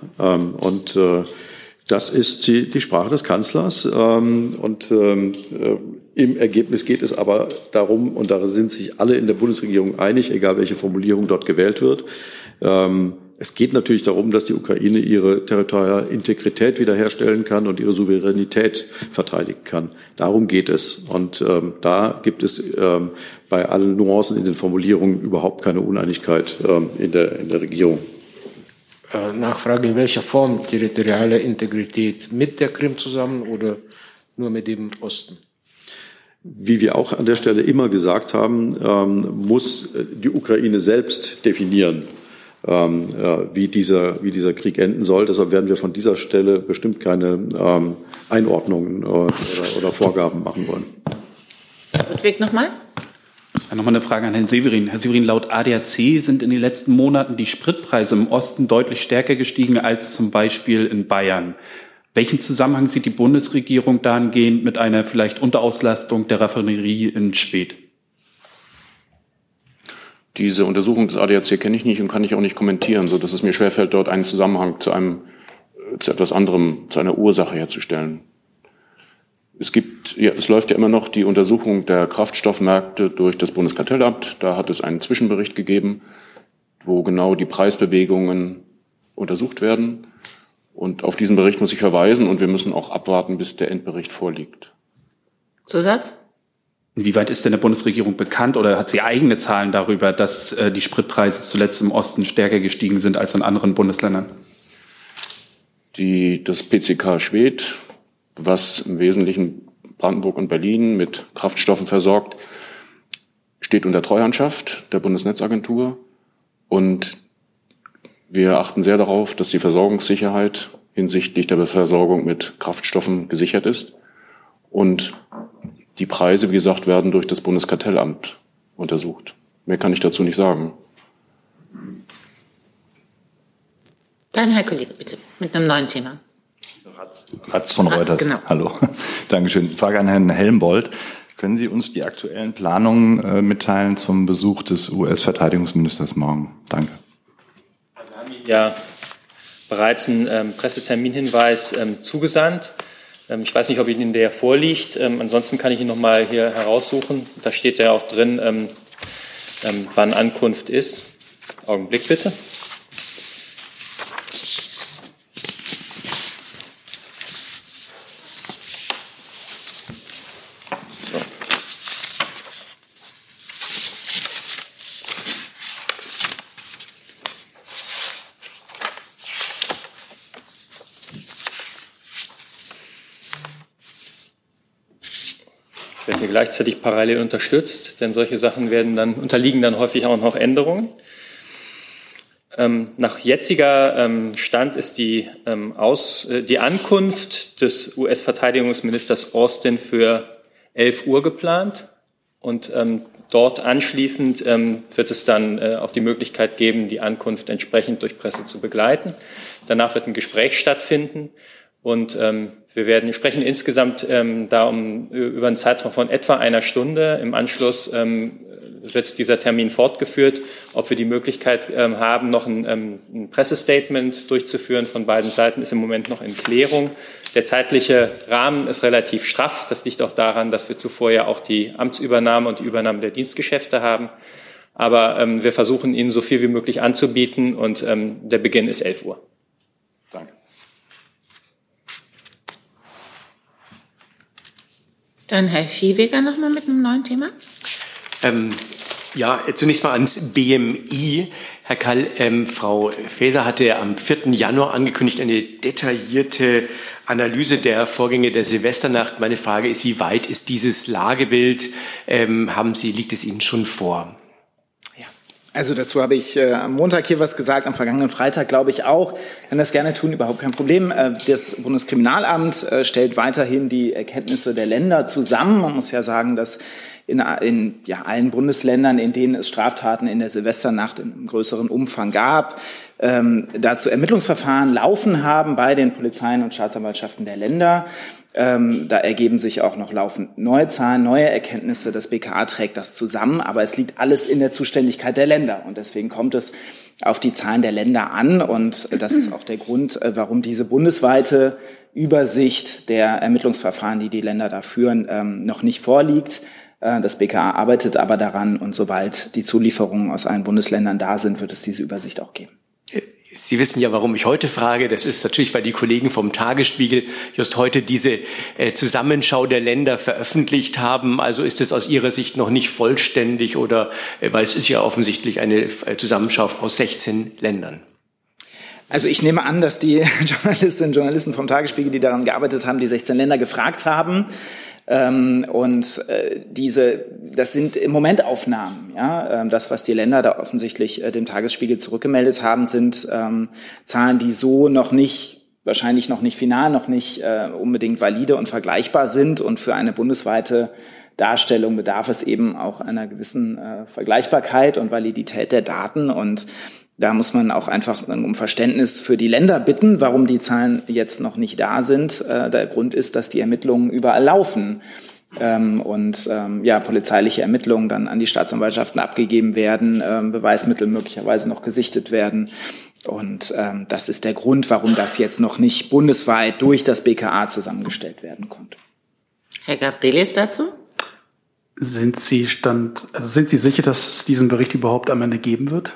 Das ist die Sprache des Kanzlers. Im Ergebnis geht es aber darum, und darin sind sich alle in der Bundesregierung einig, egal welche Formulierung dort gewählt wird. Es geht natürlich darum, dass die Ukraine ihre territoriale Integrität wiederherstellen kann und ihre Souveränität verteidigen kann. Darum geht es. Und da gibt es bei allen Nuancen in den Formulierungen überhaupt keine Uneinigkeit in der Regierung. Nachfrage, in welcher Form territoriale Integrität? Mit der Krim zusammen oder nur mit dem Osten? Wie wir auch an der Stelle immer gesagt haben, muss die Ukraine selbst definieren, wie dieser Krieg enden soll. Deshalb werden wir von dieser Stelle bestimmt keine Einordnungen oder Vorgaben machen wollen. Ludwig nochmal. Nochmal eine Frage an Herrn Severin. Herr Severin, laut ADAC sind in den letzten Monaten die Spritpreise im Osten deutlich stärker gestiegen als zum Beispiel in Bayern. Welchen Zusammenhang sieht die Bundesregierung dahingehend mit einer vielleicht Unterauslastung der Raffinerie in Schwedt? Diese Untersuchung des ADAC kenne ich nicht und kann ich auch nicht kommentieren, sodass es mir schwerfällt, dort einen Zusammenhang zu etwas anderem, zu einer Ursache herzustellen. Es läuft ja immer noch die Untersuchung der Kraftstoffmärkte durch das Bundeskartellamt. Da hat es einen Zwischenbericht gegeben, wo genau die Preisbewegungen untersucht werden. Und auf diesen Bericht muss ich verweisen und wir müssen auch abwarten, bis der Endbericht vorliegt. Zusatz? Inwieweit ist denn der Bundesregierung bekannt oder hat sie eigene Zahlen darüber, dass die Spritpreise zuletzt im Osten stärker gestiegen sind als in anderen Bundesländern? Das PCK Schwedt, was im Wesentlichen Brandenburg und Berlin mit Kraftstoffen versorgt, steht unter Treuhandschaft der Bundesnetzagentur. Und wir achten sehr darauf, dass die Versorgungssicherheit hinsichtlich der Versorgung mit Kraftstoffen gesichert ist. Und die Preise, wie gesagt, werden durch das Bundeskartellamt untersucht. Mehr kann ich dazu nicht sagen. Dann Herr Kollege, bitte, mit einem neuen Thema. Ratz von Reuters. Genau. Hallo. Dankeschön. Frage an Herrn Helmbold. Können Sie uns die aktuellen Planungen mitteilen zum Besuch des US-Verteidigungsministers morgen? Danke. Wir haben Ihnen ja bereits einen Presseterminhinweis zugesandt. Ich weiß nicht, ob Ihnen der vorliegt. Ansonsten kann ich ihn noch mal hier heraussuchen. Da steht ja auch drin, wann Ankunft ist. Augenblick bitte. werden hier gleichzeitig parallel unterstützt, denn solche Sachen unterliegen dann häufig auch noch Änderungen. Nach jetziger Stand ist die Ankunft des US-Verteidigungsministers Austin für 11 Uhr geplant und dort anschließend wird es dann auch die Möglichkeit geben, die Ankunft entsprechend durch Presse zu begleiten. Danach wird ein Gespräch stattfinden und wir sprechen insgesamt über einen Zeitraum von etwa einer Stunde. Im Anschluss wird dieser Termin fortgeführt. Ob wir die Möglichkeit haben, noch ein Pressestatement durchzuführen von beiden Seiten, ist im Moment noch in Klärung. Der zeitliche Rahmen ist relativ straff. Das liegt auch daran, dass wir zuvor ja auch die Amtsübernahme und die Übernahme der Dienstgeschäfte haben. Aber wir versuchen, Ihnen so viel wie möglich anzubieten und der Beginn ist 11 Uhr. Danke. Dann Herr Viehweger noch mal mit einem neuen Thema. Zunächst mal ans BMI. Herr Kall, Frau Faeser hatte am 4. Januar angekündigt, eine detaillierte Analyse der Vorgänge der Silvesternacht. Meine Frage ist, wie weit ist dieses Lagebild? Liegt es Ihnen schon vor? Also dazu habe ich am Montag hier was gesagt, am vergangenen Freitag glaube ich auch. Ich kann das gerne tun, überhaupt kein Problem. Das Bundeskriminalamt stellt weiterhin die Erkenntnisse der Länder zusammen. Man muss ja sagen, dass in allen Bundesländern, in denen es Straftaten in der Silvesternacht in einem größeren Umfang gab, dazu Ermittlungsverfahren laufen haben bei den Polizeien und Staatsanwaltschaften der Länder. Da ergeben sich auch noch laufend neue Zahlen, neue Erkenntnisse. Das BKA trägt das zusammen, aber es liegt alles in der Zuständigkeit der Länder. Und deswegen kommt es auf die Zahlen der Länder an. Und das ist auch der Grund, warum diese bundesweite Übersicht der Ermittlungsverfahren, die die Länder da führen, noch nicht vorliegt. Das BKA arbeitet aber daran. Und sobald die Zulieferungen aus allen Bundesländern da sind, wird es diese Übersicht auch geben. Sie wissen ja, warum ich heute frage. Das ist natürlich, weil die Kollegen vom Tagesspiegel just heute diese Zusammenschau der Länder veröffentlicht haben. Also ist es aus Ihrer Sicht noch nicht vollständig oder, weil es ist ja offensichtlich eine Zusammenschau aus 16 Ländern. Also ich nehme an, dass die Journalistinnen und Journalisten vom Tagesspiegel, die daran gearbeitet haben, die 16 Länder gefragt haben. Das sind im Moment Aufnahmen. Ja? Das, was die Länder da offensichtlich dem Tagesspiegel zurückgemeldet haben, sind Zahlen, die so wahrscheinlich noch nicht final, noch nicht unbedingt valide und vergleichbar sind. Und für eine bundesweite Darstellung bedarf es eben auch einer gewissen Vergleichbarkeit und Validität der Daten. Und da muss man auch einfach um Verständnis für die Länder bitten, warum die Zahlen jetzt noch nicht da sind. Der Grund ist, dass die Ermittlungen überall laufen und polizeiliche Ermittlungen dann an die Staatsanwaltschaften abgegeben werden, Beweismittel möglicherweise noch gesichtet werden. Und das ist der Grund, warum das jetzt noch nicht bundesweit durch das BKA zusammengestellt werden konnte. Herr Gavrilis dazu? Sind Sie sicher, dass es diesen Bericht überhaupt am Ende geben wird?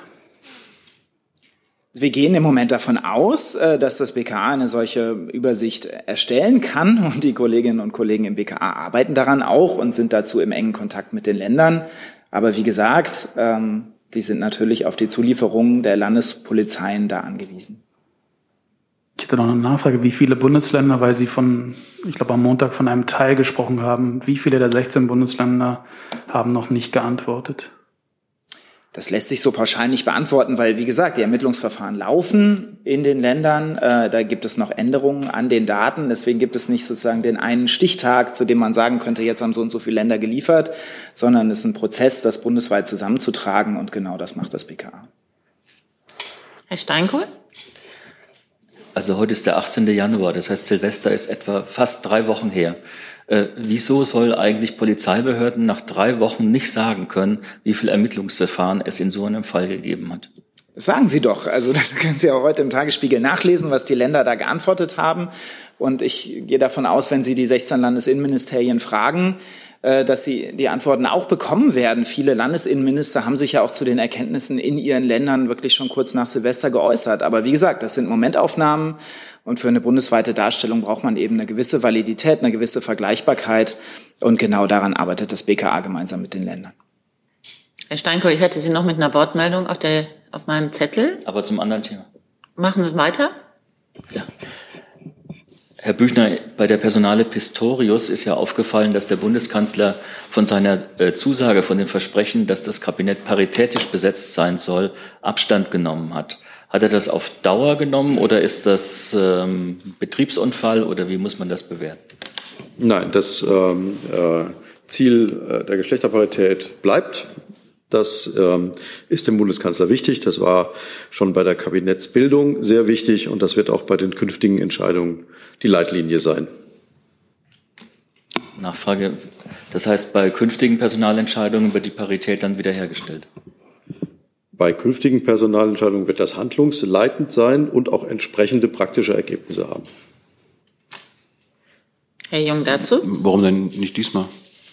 Wir gehen im Moment davon aus, dass das BKA eine solche Übersicht erstellen kann und die Kolleginnen und Kollegen im BKA arbeiten daran auch und sind dazu im engen Kontakt mit den Ländern. Aber wie gesagt, die sind natürlich auf die Zulieferungen der Landespolizeien da angewiesen. Ich hätte noch eine Nachfrage, wie viele Bundesländer, weil Sie ich glaube am Montag von einem Teil gesprochen haben, wie viele der 16 Bundesländer haben noch nicht geantwortet? Das lässt sich so pauschal nicht beantworten, weil, wie gesagt, die Ermittlungsverfahren laufen in den Ländern. Da gibt es noch Änderungen an den Daten. Deswegen gibt es nicht sozusagen den einen Stichtag, zu dem man sagen könnte, jetzt haben so und so viele Länder geliefert, sondern es ist ein Prozess, das bundesweit zusammenzutragen. Und genau das macht das BKA. Herr Steinkohl? Also heute ist der 18. Januar, das heißt Silvester ist etwa fast 3 Wochen her. Wieso soll eigentlich Polizeibehörden nach 3 Wochen nicht sagen können, wie viel Ermittlungsverfahren es in so einem Fall gegeben hat? Das sagen Sie doch. Also das können Sie auch heute im Tagesspiegel nachlesen, was die Länder da geantwortet haben. Und ich gehe davon aus, wenn Sie die 16 Landesinnenministerien fragen, dass Sie die Antworten auch bekommen werden. Viele Landesinnenminister haben sich ja auch zu den Erkenntnissen in ihren Ländern wirklich schon kurz nach Silvester geäußert. Aber wie gesagt, das sind Momentaufnahmen und für eine bundesweite Darstellung braucht man eben eine gewisse Validität, eine gewisse Vergleichbarkeit und genau daran arbeitet das BKA gemeinsam mit den Ländern. Herr Steinkohl, ich hätte Sie noch mit einer Wortmeldung auf meinem Zettel. Aber zum anderen Thema. Machen Sie weiter? Ja. Herr Büchner, bei der Personale Pistorius ist ja aufgefallen, dass der Bundeskanzler von seiner Zusage, von dem Versprechen, dass das Kabinett paritätisch besetzt sein soll, Abstand genommen hat. Hat er das auf Dauer genommen oder ist das Betriebsunfall oder wie muss man das bewerten? Nein, das Ziel der Geschlechterparität bleibt. Das ist dem Bundeskanzler wichtig. Das war schon bei der Kabinettsbildung sehr wichtig und das wird auch bei den künftigen Entscheidungen die Leitlinie sein. Nachfrage. Das heißt, bei künftigen Personalentscheidungen wird die Parität dann wiederhergestellt? Bei künftigen Personalentscheidungen wird das handlungsleitend sein und auch entsprechende praktische Ergebnisse haben. Herr Jung dazu? Warum denn nicht diesmal?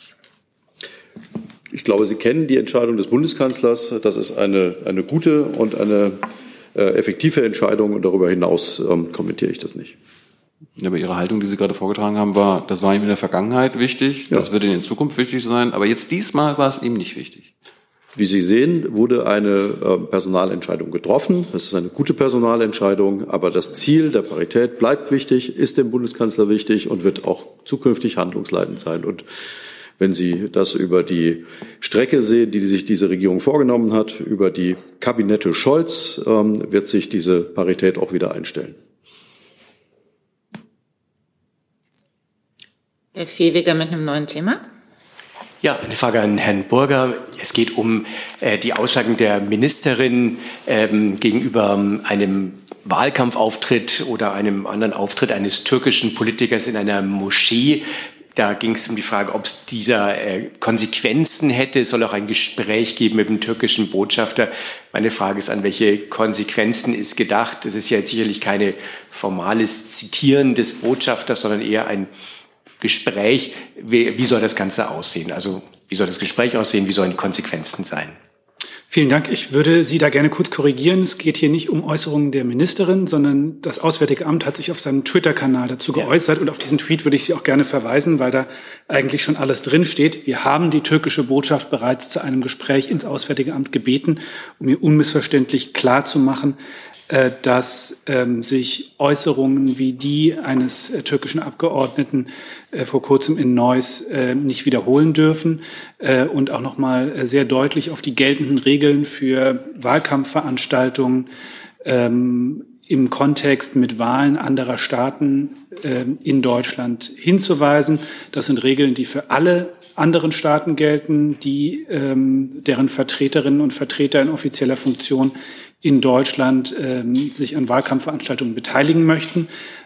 Ich glaube, Sie kennen die Entscheidung des Bundeskanzlers. Das ist eine gute und eine effektive Entscheidung und darüber hinaus kommentiere ich das nicht. Ja, aber Ihre Haltung, die Sie gerade vorgetragen haben, das war ihm in der Vergangenheit wichtig, ja. Das wird Ihnen in Zukunft wichtig sein, aber jetzt diesmal war es ihm nicht wichtig. Wie Sie sehen, wurde eine Personalentscheidung getroffen. Das ist eine gute Personalentscheidung, aber das Ziel der Parität bleibt wichtig, ist dem Bundeskanzler wichtig und wird auch zukünftig handlungsleitend sein. Und wenn Sie das über die Strecke sehen, die sich diese Regierung vorgenommen hat, über die Kabinette Scholz, wird sich diese Parität auch wieder einstellen. Herr Viehweger mit einem neuen Thema. Ja, eine Frage an Herrn Burger. Es geht um die Aussagen der Ministerin gegenüber einem Wahlkampfauftritt oder einem anderen Auftritt eines türkischen Politikers in einer Moschee. Da ging es um die Frage, ob es dieser Konsequenzen hätte. Es soll auch ein Gespräch geben mit dem türkischen Botschafter. Meine Frage ist, an welche Konsequenzen ist gedacht? Es ist ja jetzt sicherlich keine formales Zitieren des Botschafters, sondern eher ein Gespräch. Wie soll das Ganze aussehen? Also wie soll das Gespräch aussehen? Wie sollen die Konsequenzen sein? Vielen Dank. Ich würde Sie da gerne kurz korrigieren. Es geht hier nicht um Äußerungen der Ministerin, sondern das Auswärtige Amt hat sich auf seinem Twitter-Kanal dazu geäußert. Und auf diesen Tweet würde ich Sie auch gerne verweisen, weil da eigentlich schon alles drinsteht. Wir haben die türkische Botschaft bereits zu einem Gespräch ins Auswärtige Amt gebeten, um hier unmissverständlich klarzumachen, dass sich Äußerungen wie die eines türkischen Abgeordneten vor kurzem in Neuss nicht wiederholen dürfen und auch nochmal sehr deutlich auf die geltenden Regeln für Wahlkampfveranstaltungen im Kontext mit Wahlen anderer Staaten in Deutschland hinzuweisen. Das sind Regeln, die für alle anderen Staaten gelten, die deren Vertreterinnen und Vertreter in offizieller Funktion in Deutschland sich an Wahlkampfveranstaltungen beteiligen möchten.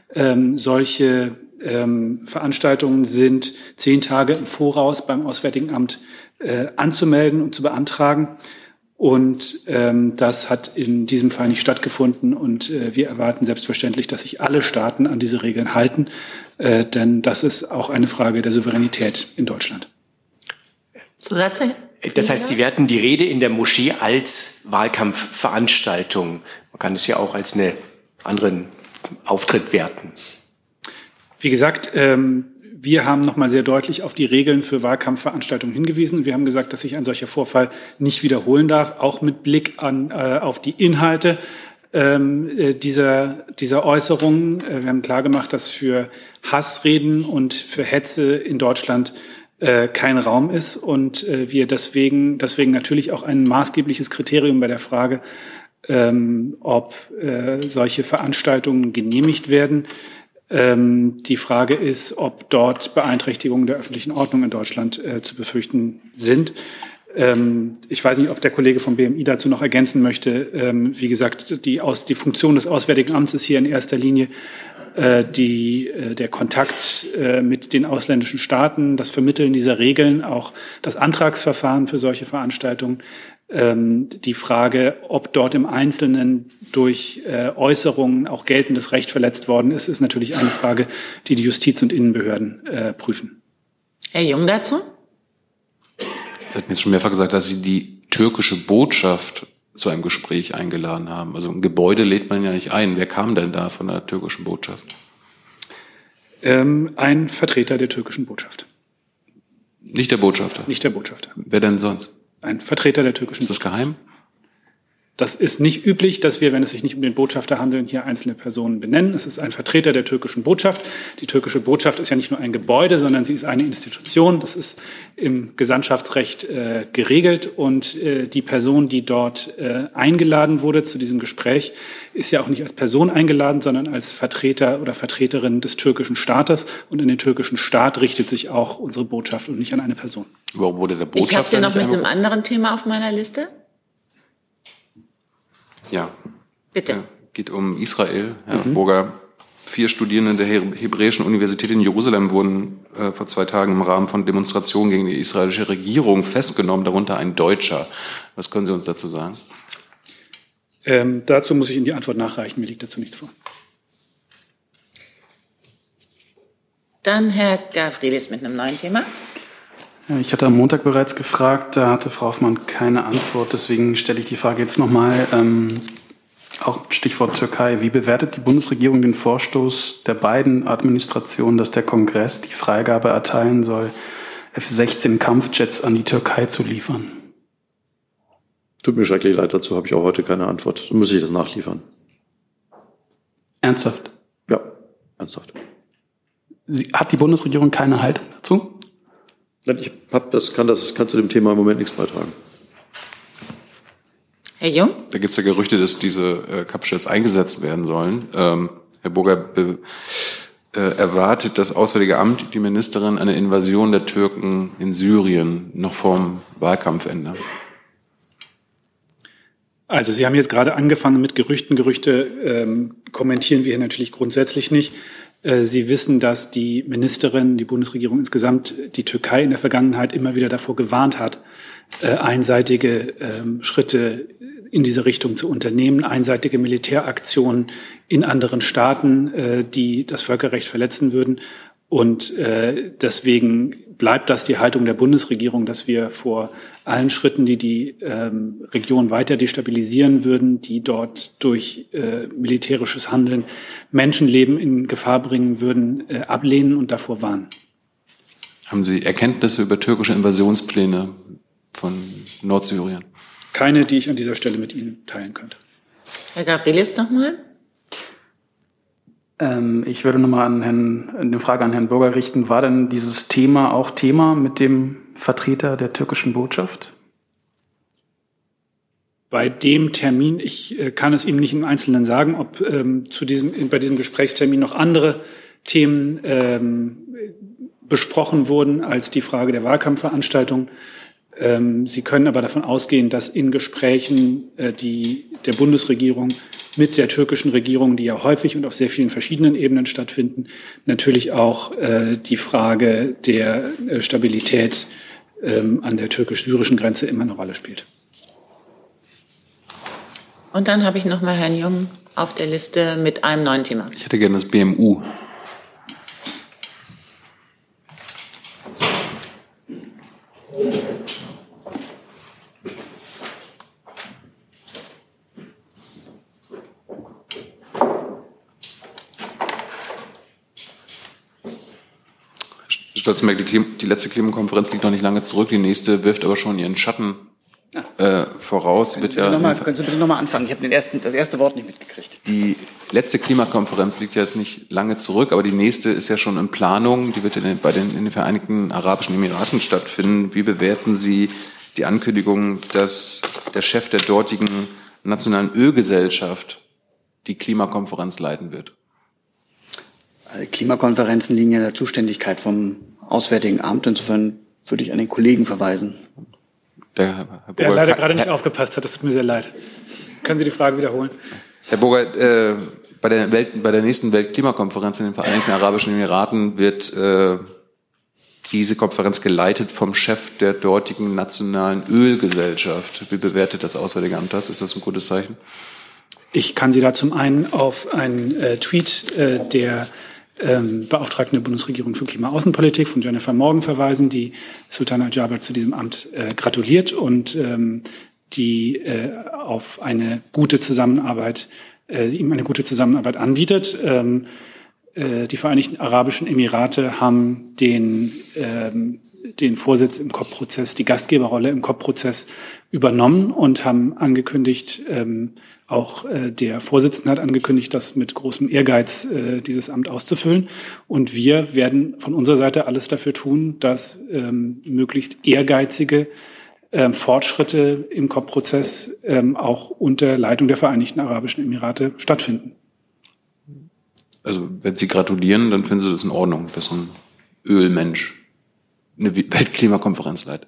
Solche Veranstaltungen sind 10 Tage im Voraus beim Auswärtigen Amt anzumelden und zu beantragen. Und das hat in diesem Fall nicht stattgefunden. Und wir erwarten selbstverständlich, dass sich alle Staaten an diese Regeln halten. Denn das ist auch eine Frage der Souveränität in Deutschland. Zusatz? Das heißt, Sie werten die Rede in der Moschee als Wahlkampfveranstaltung. Man kann es ja auch als einen anderen Auftritt werten. Wie gesagt, wir haben nochmal sehr deutlich auf die Regeln für Wahlkampfveranstaltungen hingewiesen. Wir haben gesagt, dass sich ein solcher Vorfall nicht wiederholen darf, auch mit Blick auf die Inhalte dieser Äußerungen. Wir haben klargemacht, dass für Hassreden und für Hetze in Deutschland kein Raum ist und wir deswegen natürlich auch ein maßgebliches Kriterium bei der Frage, ob solche Veranstaltungen genehmigt werden. Die Frage ist, ob dort Beeinträchtigungen der öffentlichen Ordnung in Deutschland zu befürchten sind. Ich weiß nicht, ob der Kollege vom BMI dazu noch ergänzen möchte. Wie gesagt, die Funktion des Auswärtigen Amts ist hier in erster Linie der Kontakt mit den ausländischen Staaten, das Vermitteln dieser Regeln, auch das Antragsverfahren für solche Veranstaltungen. Die Frage, ob dort im Einzelnen durch Äußerungen auch geltendes Recht verletzt worden ist, ist natürlich eine Frage, die die Justiz- und Innenbehörden prüfen. Herr Jung dazu? Sie hatten jetzt schon mehrfach gesagt, dass Sie die türkische Botschaft zu einem Gespräch eingeladen haben. Also ein Gebäude lädt man ja nicht ein. Wer kam denn da von der türkischen Botschaft? Ein Vertreter der türkischen Botschaft. Nicht der Botschafter? Nicht der Botschafter. Wer denn sonst? Ein Vertreter der türkischen Botschaft. Ist das geheim? Das ist nicht üblich, dass wir, wenn es sich nicht um den Botschafter handelt, hier einzelne Personen benennen. Es ist ein Vertreter der türkischen Botschaft. Die türkische Botschaft ist ja nicht nur ein Gebäude, sondern sie ist eine Institution. Das ist im Gesandtschaftsrecht geregelt. Und die Person, die dort eingeladen wurde zu diesem Gespräch, ist ja auch nicht als Person eingeladen, sondern als Vertreter oder Vertreterin des türkischen Staates. Und in den türkischen Staat richtet sich auch unsere Botschaft und nicht an eine Person. Warum wurde der Botschafter? Ich habe Sie noch mit einem anderen Thema auf meiner Liste. Ja. Bitte. Geht um Israel. Herr Burger, 4 Studierende der Hebräischen Universität in Jerusalem wurden vor 2 Tagen im Rahmen von Demonstrationen gegen die israelische Regierung festgenommen, darunter ein Deutscher. Was können Sie uns dazu sagen? Dazu muss ich Ihnen die Antwort nachreichen. Mir liegt dazu nichts vor. Dann Herr Gavrilis mit einem neuen Thema. Ich hatte am Montag bereits gefragt, da hatte Frau Hoffmann keine Antwort. Deswegen stelle ich die Frage jetzt nochmal. Auch Stichwort Türkei. Wie bewertet die Bundesregierung den Vorstoß der beiden Administrationen, dass der Kongress die Freigabe erteilen soll, F-16 Kampfjets an die Türkei zu liefern? Tut mir schrecklich leid, dazu habe ich auch heute keine Antwort. Dann muss ich das nachliefern. Ernsthaft? Ja, ernsthaft. Hat die Bundesregierung keine Haltung dazu? Ich kann zu dem Thema im Moment nichts beitragen. Herr Jung? Da gibt es ja Gerüchte, dass diese Kampfjets eingesetzt werden sollen. Herr Burger erwartet das Auswärtige Amt, die Ministerin, eine Invasion der Türken in Syrien noch vorm Wahlkampfende. Also Sie haben jetzt gerade angefangen mit Gerüchten. Gerüchte kommentieren wir hier natürlich grundsätzlich nicht. Sie wissen, dass die Ministerin, die Bundesregierung insgesamt, die Türkei in der Vergangenheit immer wieder davor gewarnt hat, einseitige Schritte in diese Richtung zu unternehmen, einseitige Militäraktionen in anderen Staaten, die das Völkerrecht verletzen würden. Und deswegen bleibt das die Haltung der Bundesregierung, dass wir vor allen Schritten, die die Region weiter destabilisieren würden, die dort durch militärisches Handeln Menschenleben in Gefahr bringen würden, ablehnen und davor warnen. Haben Sie Erkenntnisse über türkische Invasionspläne von Nordsyrien? Keine, die ich an dieser Stelle mit Ihnen teilen könnte. Herr Gavrilis nochmal. Ich würde nochmal eine Frage an Herrn Burger richten. War denn dieses Thema auch Thema mit dem Vertreter der türkischen Botschaft? Bei dem Termin, ich kann es Ihnen nicht im Einzelnen sagen, ob bei diesem Gesprächstermin noch andere Themen besprochen wurden als die Frage der Wahlkampfveranstaltung. Sie können aber davon ausgehen, dass in Gesprächen der Bundesregierung mit der türkischen Regierung, die ja häufig und auf sehr vielen verschiedenen Ebenen stattfinden, natürlich auch die Frage der Stabilität an der türkisch-syrischen Grenze immer eine Rolle spielt. Und dann habe ich noch mal Herrn Jung auf der Liste mit einem neuen Thema. Ich hätte gerne das BMU. Stolzenberg, die letzte Klimakonferenz liegt noch nicht lange zurück, die nächste wirft aber schon ihren Schatten voraus. Können Sie bitte nochmal anfangen? Ich habe das erste Wort nicht mitgekriegt. Die letzte Klimakonferenz liegt ja jetzt nicht lange zurück, aber die nächste ist ja schon in Planung. Die wird in den Vereinigten Arabischen Emiraten stattfinden. Wie bewerten Sie die Ankündigung, dass der Chef der dortigen nationalen Ölgesellschaft die Klimakonferenz leiten wird? Klimakonferenzen liegen ja in der Zuständigkeit vom Auswärtigen Amt. Insofern würde ich an den Kollegen verweisen. Der leider gerade nicht aufgepasst hat, das tut mir sehr leid. Können Sie die Frage wiederholen? Herr Burger, bei der nächsten Weltklimakonferenz in den Vereinigten Arabischen Emiraten wird diese Konferenz geleitet vom Chef der dortigen nationalen Ölgesellschaft. Wie bewertet das Auswärtige Amt das? Ist das ein gutes Zeichen? Ich kann Sie da zum einen auf einen Tweet der Beauftragten der Bundesregierung für Klimaaußenpolitik von Jennifer Morgan verweisen, die Sultan Al-Jaber zu diesem Amt gratuliert und die auf eine gute Zusammenarbeit, ihm eine gute Zusammenarbeit anbietet. Die Vereinigten Arabischen Emirate haben den den Vorsitz im COP-Prozess, die Gastgeberrolle im COP-Prozess übernommen und haben angekündigt, auch der Vorsitzende hat angekündigt, das mit großem Ehrgeiz dieses Amt auszufüllen. Und wir werden von unserer Seite alles dafür tun, dass möglichst ehrgeizige Fortschritte im COP-Prozess auch unter Leitung der Vereinigten Arabischen Emirate stattfinden. Also wenn Sie gratulieren, dann finden Sie das in Ordnung, dass ein Ölmensch eine Weltklimakonferenz leitet.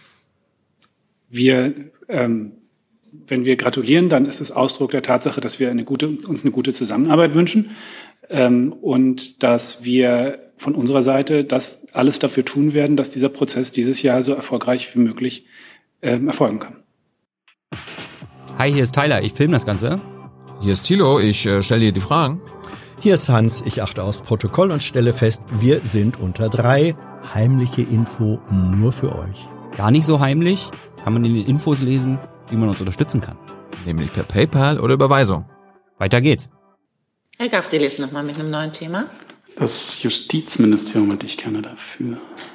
Wenn wir gratulieren, dann ist es Ausdruck der Tatsache, dass wir uns eine gute Zusammenarbeit wünschen und dass wir von unserer Seite das alles dafür tun werden, dass dieser Prozess dieses Jahr so erfolgreich wie möglich erfolgen kann. Hi, hier ist Tyler, ich filme das Ganze. Hier ist Thilo, ich stelle dir die Fragen. Hier ist Hans, ich achte aufs Protokoll und stelle fest, wir sind unter 3. Heimliche Info nur für euch. Gar nicht so heimlich, kann man in den Infos lesen, wie man uns unterstützen kann. Nämlich per PayPal oder Überweisung. Weiter geht's. Herr Gavrilis nochmal mit einem neuen Thema. Das Justizministerium hätte ich gerne dafür.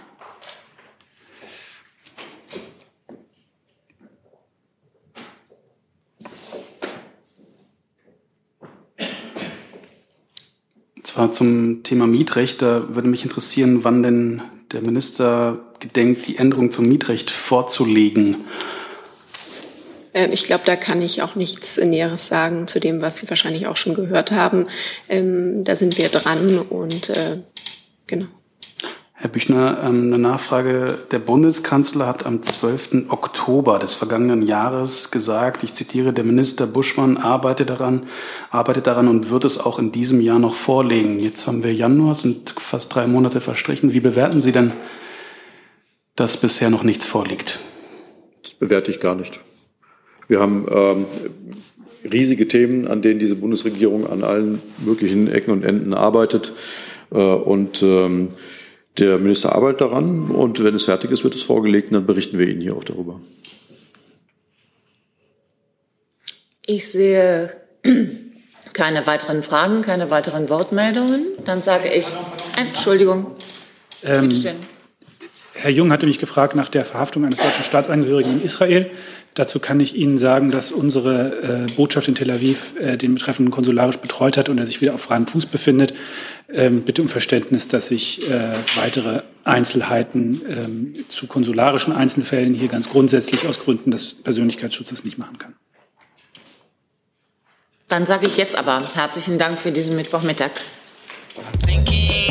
Zwar zum Thema Mietrecht, da würde mich interessieren, wann denn der Minister gedenkt, die Änderung zum Mietrecht vorzulegen. Ich glaube, da kann ich auch nichts Näheres sagen zu dem, was Sie wahrscheinlich auch schon gehört haben. Da sind wir dran und genau. Herr Büchner, eine Nachfrage. Der Bundeskanzler hat am 12. Oktober des vergangenen Jahres gesagt, ich zitiere, der Minister Buschmann arbeitet daran und wird es auch in diesem Jahr noch vorlegen. Jetzt haben wir Januar, sind fast 3 Monate verstrichen. Wie bewerten Sie denn, dass bisher noch nichts vorliegt? Das bewerte ich gar nicht. Wir haben riesige Themen, an denen diese Bundesregierung an allen möglichen Ecken und Enden arbeitet. Der Minister arbeitet daran und wenn es fertig ist, wird es vorgelegt und dann berichten wir Ihnen hier auch darüber. Ich sehe keine weiteren Fragen, keine weiteren Wortmeldungen. Dann sage ich, Entschuldigung. Herr Jung hatte mich gefragt nach der Verhaftung eines deutschen Staatsangehörigen in Israel. Dazu kann ich Ihnen sagen, dass unsere Botschaft in Tel Aviv den Betreffenden konsularisch betreut hat und er sich wieder auf freiem Fuß befindet. Bitte um Verständnis, dass ich weitere Einzelheiten zu konsularischen Einzelfällen hier ganz grundsätzlich aus Gründen des Persönlichkeitsschutzes nicht machen kann. Dann sage ich jetzt aber herzlichen Dank für diesen Mittwochmittag.